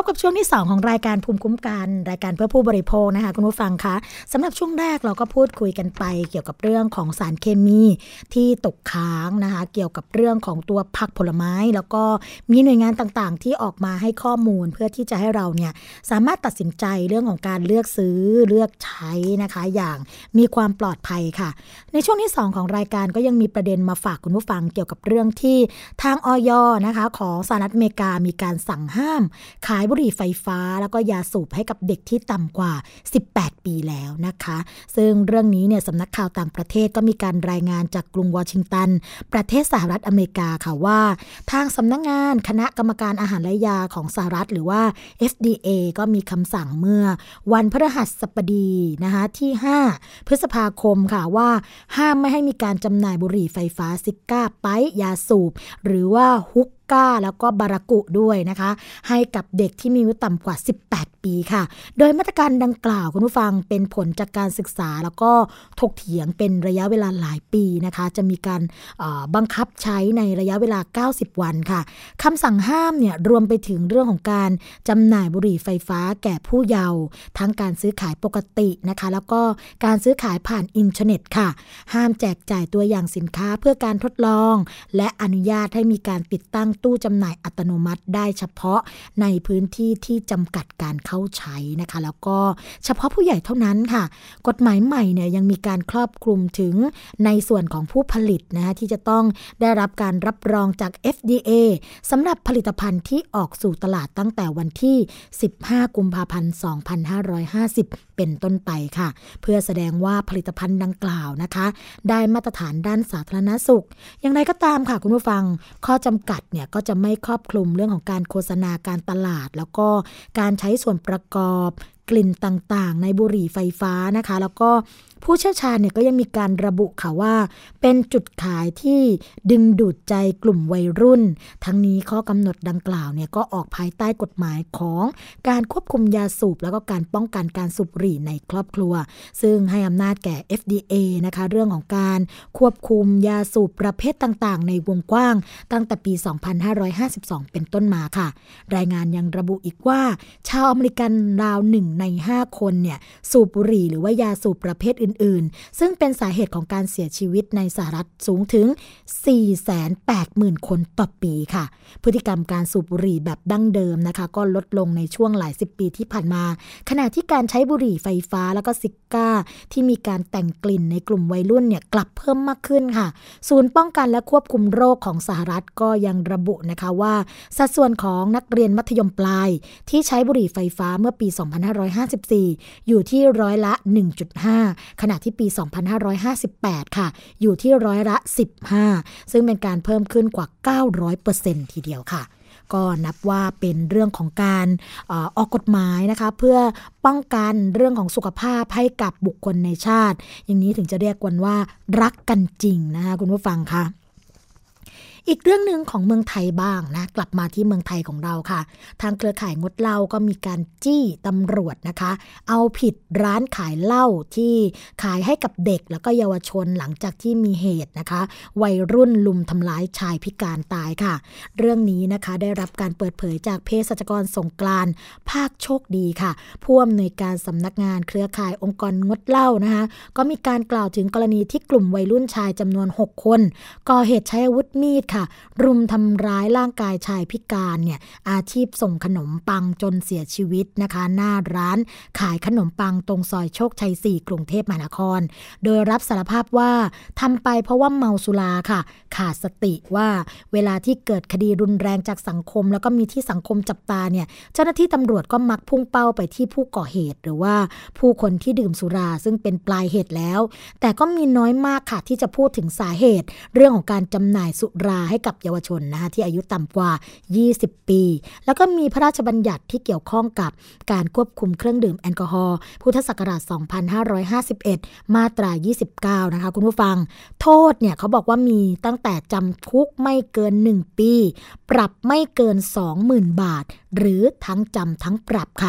กับช่วงที่สองของรายการภูมิคุ้มกันรายการเพื่อผู้บริโภคนะคะคุณผู้ฟังคะสำหรับช่วงแรกเราก็พูดคุยกันไปเกี่ยวกับเรื่องของสารเคมีที่ตกค้างนะคะเกี่ยวกับเรื่องของตัวผักผลไม้แล้วก็มีหน่วยงานต่างๆที่ออกมาให้ข้อมูลเพื่อที่จะให้เราเนี่ยสามารถตัดสินใจเรื่องของการเลือกซื้อเลือกใช้นะคะอย่างมีความปลอดภัยค่ะในช่วงที่สองของรายการก็ยังมีประเด็นมาฝากคุณผู้ฟังเกี่ยวกับเรื่องที่ทางอย.นะคะของสหรัฐอเมริกามีการสั่งห้ามขายบุหรี่ไฟฟ้าแล้วก็ยาสูบให้กับเด็กที่ต่ำกว่าสิบแปดปีแล้วนะคะซึ่งเรื่องนี้เนี่ยสำนักข่าวต่างประเทศก็มีการรายงานจากกรุงวอชิงตันประเทศสหรัฐอเมริกาค่ะว่าทางสำนักงานคณะกรรมการอาหารและยาของสหรัฐหรือว่า เอฟ ดี เอ ก็มีคำสั่งเมื่อวันพฤหัสบดีนะคะที่ห้าพฤษภาคมค่ะว่าห้ามไม่ให้มีการจำหน่ายบุหรี่ไฟฟ้าซิก้าไปยาสูบหรือว่าฮุกก้าแล้วก็บารากุด้วยนะคะให้กับเด็กที่มีอายุต่ำกว่าสิบแปดปีค่ะโดยมาตรการดังกล่าวคุณผู้ฟังเป็นผลจากการศึกษาแล้วก็ถกเถียงเป็นระยะเวลาหลายปีนะคะจะมีการบังคับใช้ในระยะเวลาเก้าสิบวันค่ะคำสั่งห้ามเนี่ยรวมไปถึงเรื่องของการจำหน่ายบุหรี่ไฟฟ้าแก่ผู้เยาว์ทั้งการซื้อขายปกตินะคะแล้วก็การซื้อขายผ่านอินเทอร์เน็ตค่ะห้ามแจกจ่ายตัวอย่างสินค้าเพื่อการทดลองและอนุญาตให้มีการติดตั้งตู้จำหน่ายอัตโนมัติได้เฉพาะในพื้นที่ที่จำกัดการเข้าใช้นะคะแล้วก็เฉพาะผู้ใหญ่เท่านั้นค่ะกฎหมายใหม่เนี่ยยังมีการครอบคลุมถึงในส่วนของผู้ผลิตนะคะที่จะต้องได้รับการรับรองจาก เอฟ ดี เอ สำหรับผลิตภัณฑ์ที่ออกสู่ตลาดตั้งแต่วันที่สิบห้ากุมภาพันธ์สองพันห้าร้อยห้าสิบเป็นต้นไปค่ะเพื่อแสดงว่าผลิตภัณฑ์ดังกล่าวนะคะได้มาตรฐานด้านสาธารณสุขอย่างไรก็ตามค่ะคุณผู้ฟังข้อจำกัดเนี่ยก็จะไม่ครอบคลุมเรื่องของการโฆษณาการตลาดแล้วก็การใช้ส่วนประกอบกลิ่นต่างๆในบุหรี่ไฟฟ้านะคะแล้วก็ผู้เชี่ยวชาญเนี่ยก็ยังมีการระบุค่ะว่าเป็นจุดขายที่ดึงดูดใจกลุ่มวัยรุ่นทั้งนี้ข้อกำหนดดังกล่าวเนี่ยก็ออกภายใต้กฎหมายของการควบคุมยาสูบแล้วก็การป้องกันการสูบบุหรี่ในครอบครัวซึ่งให้อำนาจแก่ เอฟ ดี เอ นะคะเรื่องของการควบคุมยาสูบประเภทต่างๆในวงกว้างตั้งแต่ปีสองพันห้าร้อยห้าสิบสองเป็นต้นมาค่ะรายงานยังระบุอีกว่าชาวอเมริกันราวหนึ่งในห้าคนเนี่ยสูบบุหรี่หรือว่ายาสูบประเภทอื่นๆซึ่งเป็นสาเหตุของการเสียชีวิตในสหรัฐสูงถึง สี่แสนแปดหมื่น คนต่อปีค่ะพฤติกรรมการสูบบุหรี่แบบดั้งเดิมนะคะก็ลดลงในช่วงหลายสิบปีที่ผ่านมาขณะที่การใช้บุหรี่ไฟฟ้าแล้วก็ซิก้าที่มีการแต่งกลิ่นในกลุ่มวัยรุ่นเนี่ยกลับเพิ่มมากขึ้นค่ะศูนย์ป้องกันและควบคุมโรคของสหรัฐก็ยังระบุนะคะว่าสัดส่วนของนักเรียนมัธยมปลายที่ใช้บุหรี่ไฟฟ้าเมื่อปีสองพันห้าร้อยห้าสิบสี่อยู่ที่ร้อยละ หนึ่งจุดห้า ขณะที่ปีสองพันห้าร้อยห้าสิบแปดค่ะอยู่ที่ร้อยละสิบห้าซึ่งเป็นการเพิ่มขึ้นกว่า เก้าร้อยเปอร์เซ็นต์ ทีเดียวค่ะก็นับว่าเป็นเรื่องของการเอ่อออกกฎหมายนะคะเพื่อป้องกันเรื่องของสุขภาพให้กับบุคคลในชาติอย่างนี้ถึงจะเรียกกันว่ารักกันจริงนะคะคุณผู้ฟังค่ะอีกเรื่องนึงของเมืองไทยบ้างนะกลับมาที่เมืองไทยของเราค่ะทางเครือข่ายงดเหล้าก็มีการจี้ตำรวจนะคะเอาผิดร้านขายเหล้าที่ขายให้กับเด็กแล้วก็เยาวชนหลังจากที่มีเหตุนะคะวัยรุ่นลุมทำร้ายชายพิการตายค่ะเรื่องนี้นะคะได้รับการเปิดเผยจากเภสัชกรสงกรานต์ภาคโชคดีค่ะผู้อำนวยการสำนักงานเครือข่ายองค์กรงดเหล้านะคะก็มีการกล่าวถึงกรณีที่กลุ่มวัยรุ่นชายจำนวนหกคนก่อเหตุใช้อาวุธมีดรุมทำร้ายร่างกายชายพิการเนี่ยอาชีพส่งขนมปังจนเสียชีวิตนะคะหน้าร้านขายขนมปังตรงซอยโชคชัยสี่กรุงเทพมหานครโดยรับสารภาพว่าทำไปเพราะว่าเมาสุราค่ะขาดสติว่าเวลาที่เกิดคดีรุนแรงจากสังคมแล้วก็มีที่สังคมจับตาเนี่ยเจ้าหน้าที่ตำรวจก็มักพุ่งเป้าไปที่ผู้ก่อเหตุหรือว่าผู้คนที่ดื่มสุราซึ่งเป็นปลายเหตุแล้วแต่ก็มีน้อยมากค่ะที่จะพูดถึงสาเหตุเรื่องของการจำหน่ายสุราให้กับเยาวชนนะคะที่อายุต่ำกว่ายี่สิบปีแล้วก็มีพระราชบัญญัติที่เกี่ยวข้องกับการควบคุมเครื่องดื่มแอลกอฮอล์พุทธศักราชสองพันห้าร้อยห้าสิบเอ็ดมาตรายี่สิบเก้านะคะคุณผู้ฟังโทษเนี่ยเขาบอกว่ามีตั้งแต่จำคุกไม่เกินหนึ่งปีปรับไม่เกิน สองหมื่น บาทหรือทั้งจำทั้งปรับค่ะ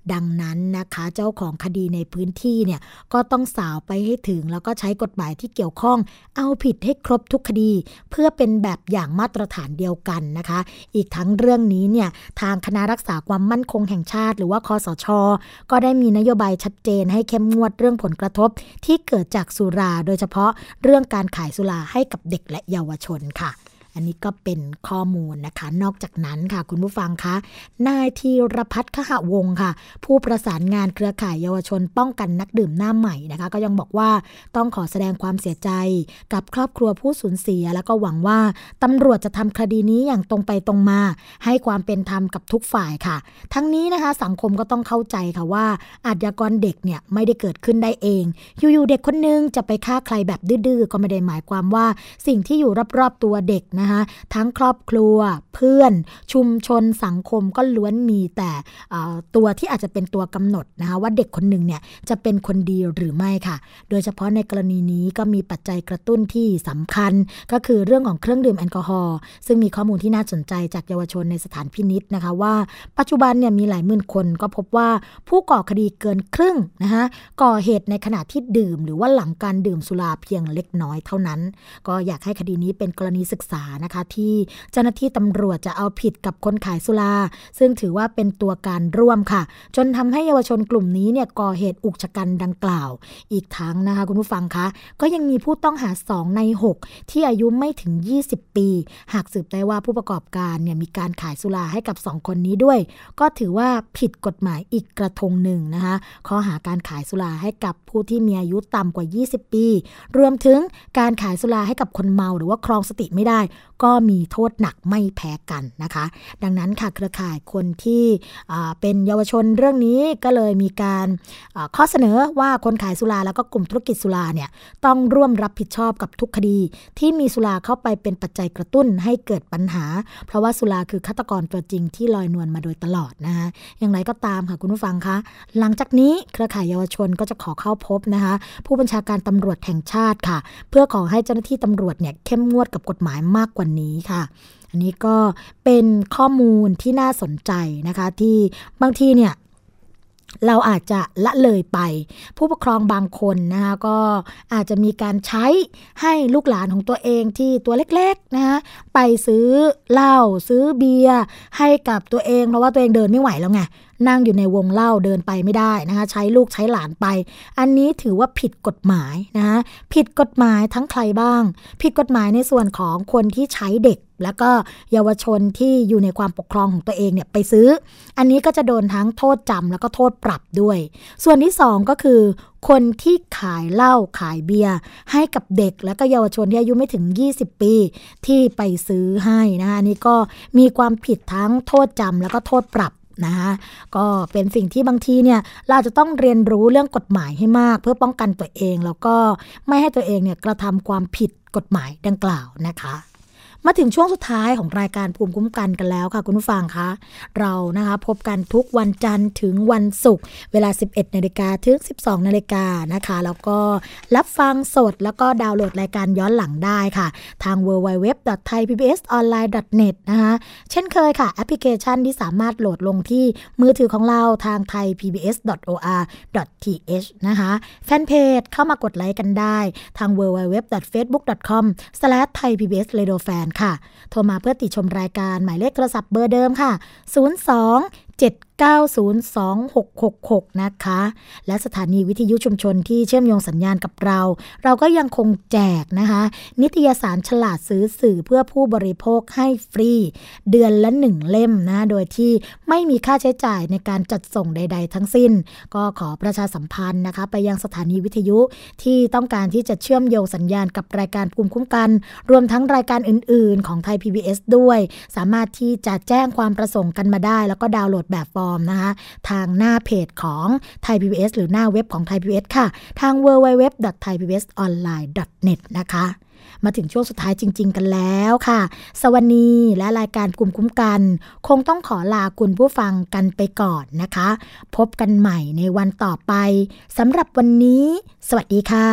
ดังนั้นนะคะเจ้าของคดีในพื้นที่เนี่ยก็ต้องสาวไปให้ถึงแล้วก็ใช้กฎหมายที่เกี่ยวข้องเอาผิดให้ครบทุกคดีเพื่อเป็นแบบอย่างมาตรฐานเดียวกันนะคะอีกทั้งเรื่องนี้เนี่ยทางคณะรักษาความมั่นคงแห่งชาติหรือว่าคสช.ก็ได้มีนโยบายชัดเจนให้เข้มงวดเรื่องผลกระทบที่เกิดจากสุราโดยเฉพาะเรื่องการขายสุราให้กับเด็กและเยาวชนค่ะอันนี้ก็เป็นข้อมูลนะคะนอกจากนั้นค่ะคุณผู้ฟังคะนายธีรพัฒน์ คหวงศ์ค่ะผู้ประสานงานเครือข่ายเยาวชนป้องกันนักดื่มหน้าใหม่นะคะก็ยังบอกว่าต้องขอแสดงความเสียใจกับครอบครัวผู้สูญเสียแล้วก็หวังว่าตำรวจจะทำคดีนี้อย่างตรงไปตรงมาให้ความเป็นธรรมกับทุกฝ่ายค่ะทั้งนี้นะคะสังคมก็ต้องเข้าใจค่ะว่าอาชญากรเด็กเนี่ยไม่ได้เกิดขึ้นได้เองอยู่ๆเด็กคนนึงจะไปฆ่าใครแบบดื้อๆก็ไม่ได้หมายความว่าสิ่งที่อยู่รอบๆตัวเด็กนะคะทั้งครอบครัวเพื่อนชุมชนสังคมก็ล้วนมีแต่ตัวที่อาจจะเป็นตัวกำหนดนะคะว่าเด็กคนหนึ่งเนี่ยจะเป็นคนดีหรือไม่ค่ะโดยเฉพาะในกรณีนี้ก็มีปัจจัยกระตุ้นที่สำคัญก็คือเรื่องของเครื่องดื่มแอลกอฮอล์ซึ่งมีข้อมูลที่น่าสนใจจากเยาวชนในสถานพินิจนะคะว่าปัจจุบันเนี่ยมีหลายหมื่นคนก็พบว่าผู้ก่อคดีเกินครึ่งนะคะก่อเหตุในขณะที่ดื่มหรือว่าหลังการดื่มสุราเพียงเล็กน้อยเท่านั้นก็อยากให้คดีนี้เป็นกรณีศึกษานะคะที่เจ้าหน้าที่ตำรวจจะเอาผิดกับคนขายสุราซึ่งถือว่าเป็นตัวการร่วมค่ะจนทำให้เยาวชนกลุ่มนี้เนี่ยก่อเหตุอุกชะกันดังกล่าวอีกทั้งนะคะคุณผู้ฟังคะก็ยังมีผู้ต้องหาสองในหกที่อายุไม่ถึงยี่สิบปีหากสืบได้ว่าผู้ประกอบการเนี่ยมีการขายสุราให้กับสองคนนี้ด้วยก็ถือว่าผิดกฎหมายอีกกระทงหนึ่งนะคะข้อหาการขายสุราให้กับผู้ที่มีอายุต่ำกว่ายี่สิบปีรวมถึงการขายสุราให้กับคนเมาหรือว่าครองสติไม่ได้ก็มีโทษหนักไม่แพ้กันนะคะดังนั้นค่ะเครือข่ายคนที่เป็นเยาวชนเรื่องนี้ก็เลยมีการข้อเสนอว่าคนขายสุราแล้วก็กลุ่มธุรกิจสุราเนี่ยต้องร่วมรับผิดชอบกับทุกคดีที่มีสุราเข้าไปเป็นปัจจัยกระตุ้นให้เกิดปัญหาเพราะว่าสุราคือฆาตกรตัวจริงที่ลอยนวลมาโดยตลอดนะคะอย่างไรก็ตามค่ะคุณผู้ฟังคะหลังจากนี้เครือข่ายเยาวชนก็จะขอเข้าพบนะคะผู้บัญชาการตำรวจแห่งชาติค่ะเพื่อขอให้เจ้าหน้าที่ตำรวจเนี่ยเข้มงวดกับกฎหมายมากกว่านี้ค่ะอันนี้ก็เป็นข้อมูลที่น่าสนใจนะคะที่บางทีเนี่ยเราอาจจะละเลยไปผู้ปกครองบางคนนะคะก็อาจจะมีการใช้ให้ลูกหลานของตัวเองที่ตัวเล็กๆนะคะไปซื้อเหล้าซื้อเบียร์ให้กับตัวเองเพราะว่าตัวเองเดินไม่ไหวแล้วไงนั่งอยู่ในวงเล่าเดินไปไม่ได้นะคะใช้ลูกใช้หลานไปอันนี้ถือว่าผิดกฎหมายนะคะผิดกฎหมายทั้งใครบ้างผิดกฎหมายในส่วนของคนที่ใช้เด็กแล้วก็เยาวชนที่อยู่ในความปกครองของตัวเองเนี่ยไปซื้ออันนี้ก็จะโดนทั้งโทษจำแล้วก็โทษปรับด้วยส่วนที่สองก็คือคนที่ขายเหล้าขายเบียร์ให้กับเด็กแล้วก็เยาวชนที่อายุไม่ถึงยี่สิบปีที่ไปซื้อให้นะคะอันนี้ก็มีความผิดทั้งโทษจำแล้วก็โทษปรับนะคะก็เป็นสิ่งที่บางทีเนี่ยเราจะต้องเรียนรู้เรื่องกฎหมายให้มากเพื่อป้องกันตัวเองแล้วก็ไม่ให้ตัวเองเนี่ยกระทำความผิดกฎหมายดังกล่าวนะคะมาถึงช่วงสุดท้ายของรายการภูมิคุ้มกันกันแล้วค่ะคุณผู้ฟังคะเรานะคะพบกันทุกวันจันทร์ถึงวันศุกร์เวลา สิบเอ็ดนาฬิกา ถึง สิบสองนาฬิกานะคะแล้วก็รับฟังสดแล้วก็ดาวน์โหลดรายการย้อนหลังได้ค่ะทาง ดับเบิลยู ดับเบิลยู ดับเบิลยู ดอท ไทย พี บี เอส ออนไลน์ ดอท เน็ต นะคะเช่นเคยค่ะแอปพลิเคชันที่สามารถโหลดลงที่มือถือของเราทาง ไทย พี บี เอส ดอท โอ อาร์ ดอท ที เอช นะคะแฟนเพจเข้ามากดไลค์กันได้ทาง ดับเบิลยู ดับเบิลยู ดับเบิลยู ดอท เฟซบุ๊ก ดอท คอม สแลช ไทย พี บี เอส เรดิโอ แฟน ค่ะโทรมาเพื่อติชมรายการหมายเลขโทรศัพท์เบอร์เดิมค่ะศูนย์ สอง เจ็ด เก้า ศูนย์ สอง หก หก หกนะคะและสถานีวิทยุชุมชนที่เชื่อมโยงสัญญาณกับเราเราก็ยังคงแจกนะคะนิตยสารฉลาดซื้อสื่อเพื่อผู้บริโภคให้ฟรีเดือนละหนึ่งเล่มนะโดยที่ไม่มีค่าใช้จ่ายในการจัดส่งใดๆทั้งสิ้นก็ขอประชาสัมพันธ์นะคะไปยังสถานีวิทยุที่ต้องการที่จะเชื่อมโยงสัญญาณกับรายการภูมิคุ้มกันรวมทั้งรายการอื่นๆของไทย พี บี เอส ด้วยสามารถที่จะแจ้งความประสงค์กันมาได้แล้วก็ดาวน์โหลดแบบฟอร์มนะคะทางหน้าเพจของไทย พี บี เอส หรือหน้าเว็บของไทย พี บี เอส ค่ะทาง ดับเบิลยู ดับเบิลยู ดับเบิลยู ดอท ไทย พี บี เอส ออนไลน์ ดอท เน็ต นะคะมาถึงช่วงสุดท้ายจริงๆกันแล้วค่ะสวัสดีและรายการภูมิคุ้มกันคงต้องขอลาคุณผู้ฟังกันไปก่อนนะคะพบกันใหม่ในวันต่อไปสำหรับวันนี้สวัสดีค่ะ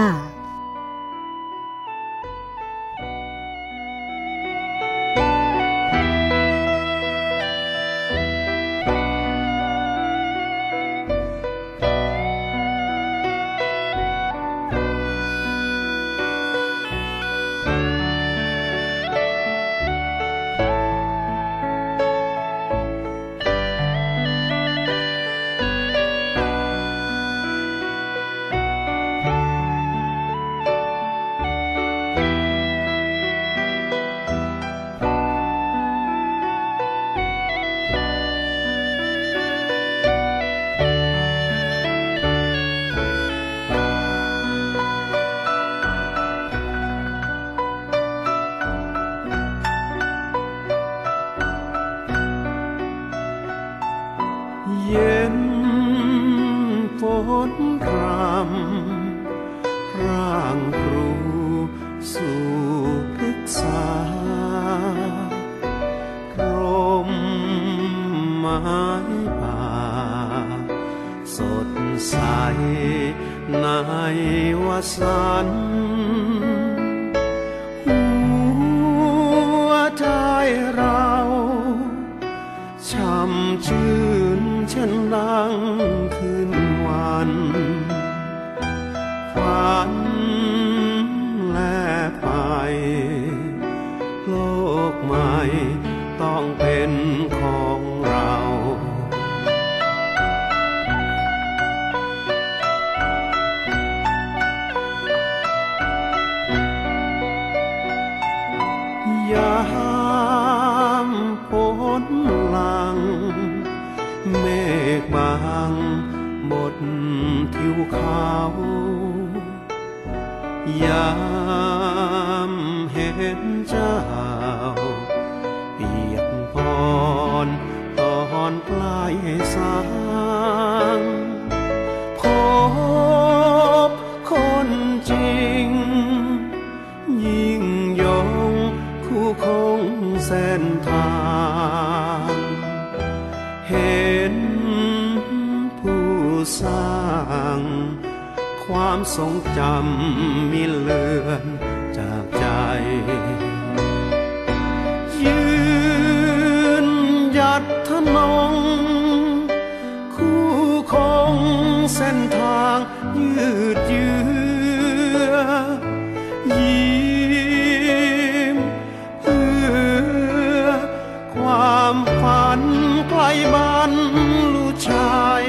ให้วสันต์หัวใจเราช่ำชื่นเช่นดังคืนวันฝันแลไปโลกใหม่ต้องเป็นของเรายามฝนหลังเมฆบางบนทิวเขายามเห็นเจ้าเปียกปอนตอนปลายสางพบคนจริงยิ่งยงคู่คงเส้นทางเห็นผู้สร้างความทรงจำมีเลือนจากใจยืนหยัดทะนงคู่คงเส้นทางยืดเยื้อยิ้มเพื่อความฝันไกลบรรลุชัย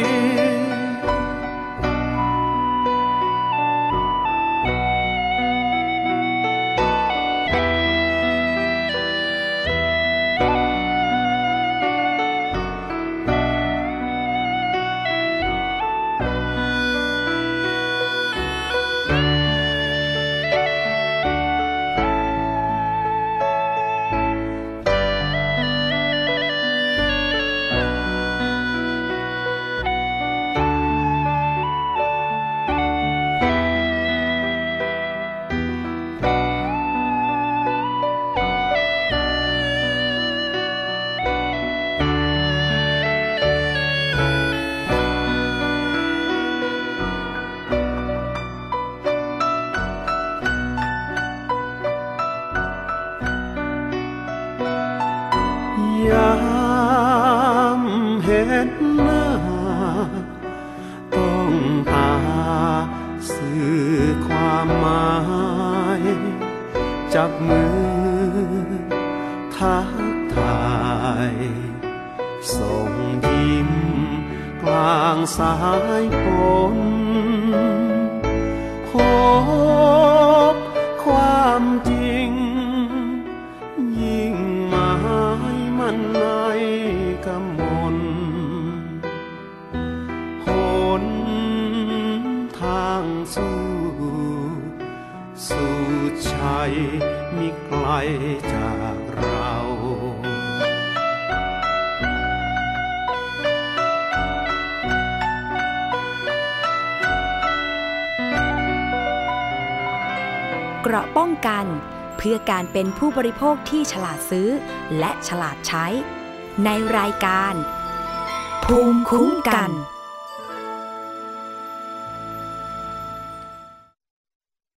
ยามเห็นหน้าต้องตาสื่อความหมายจับมือทักทายส่งยิ้มกลางสายฝนพบความจริงยิ่งหมายมันในกำมลหนทางสู้สู่ชัยมิไกลจากเราเกราะป้องกันเพื่อการเป็นผู้บริโภคที่ฉลาดซื้อและฉลาดใช้ในรายการภูมิคุ้มกัน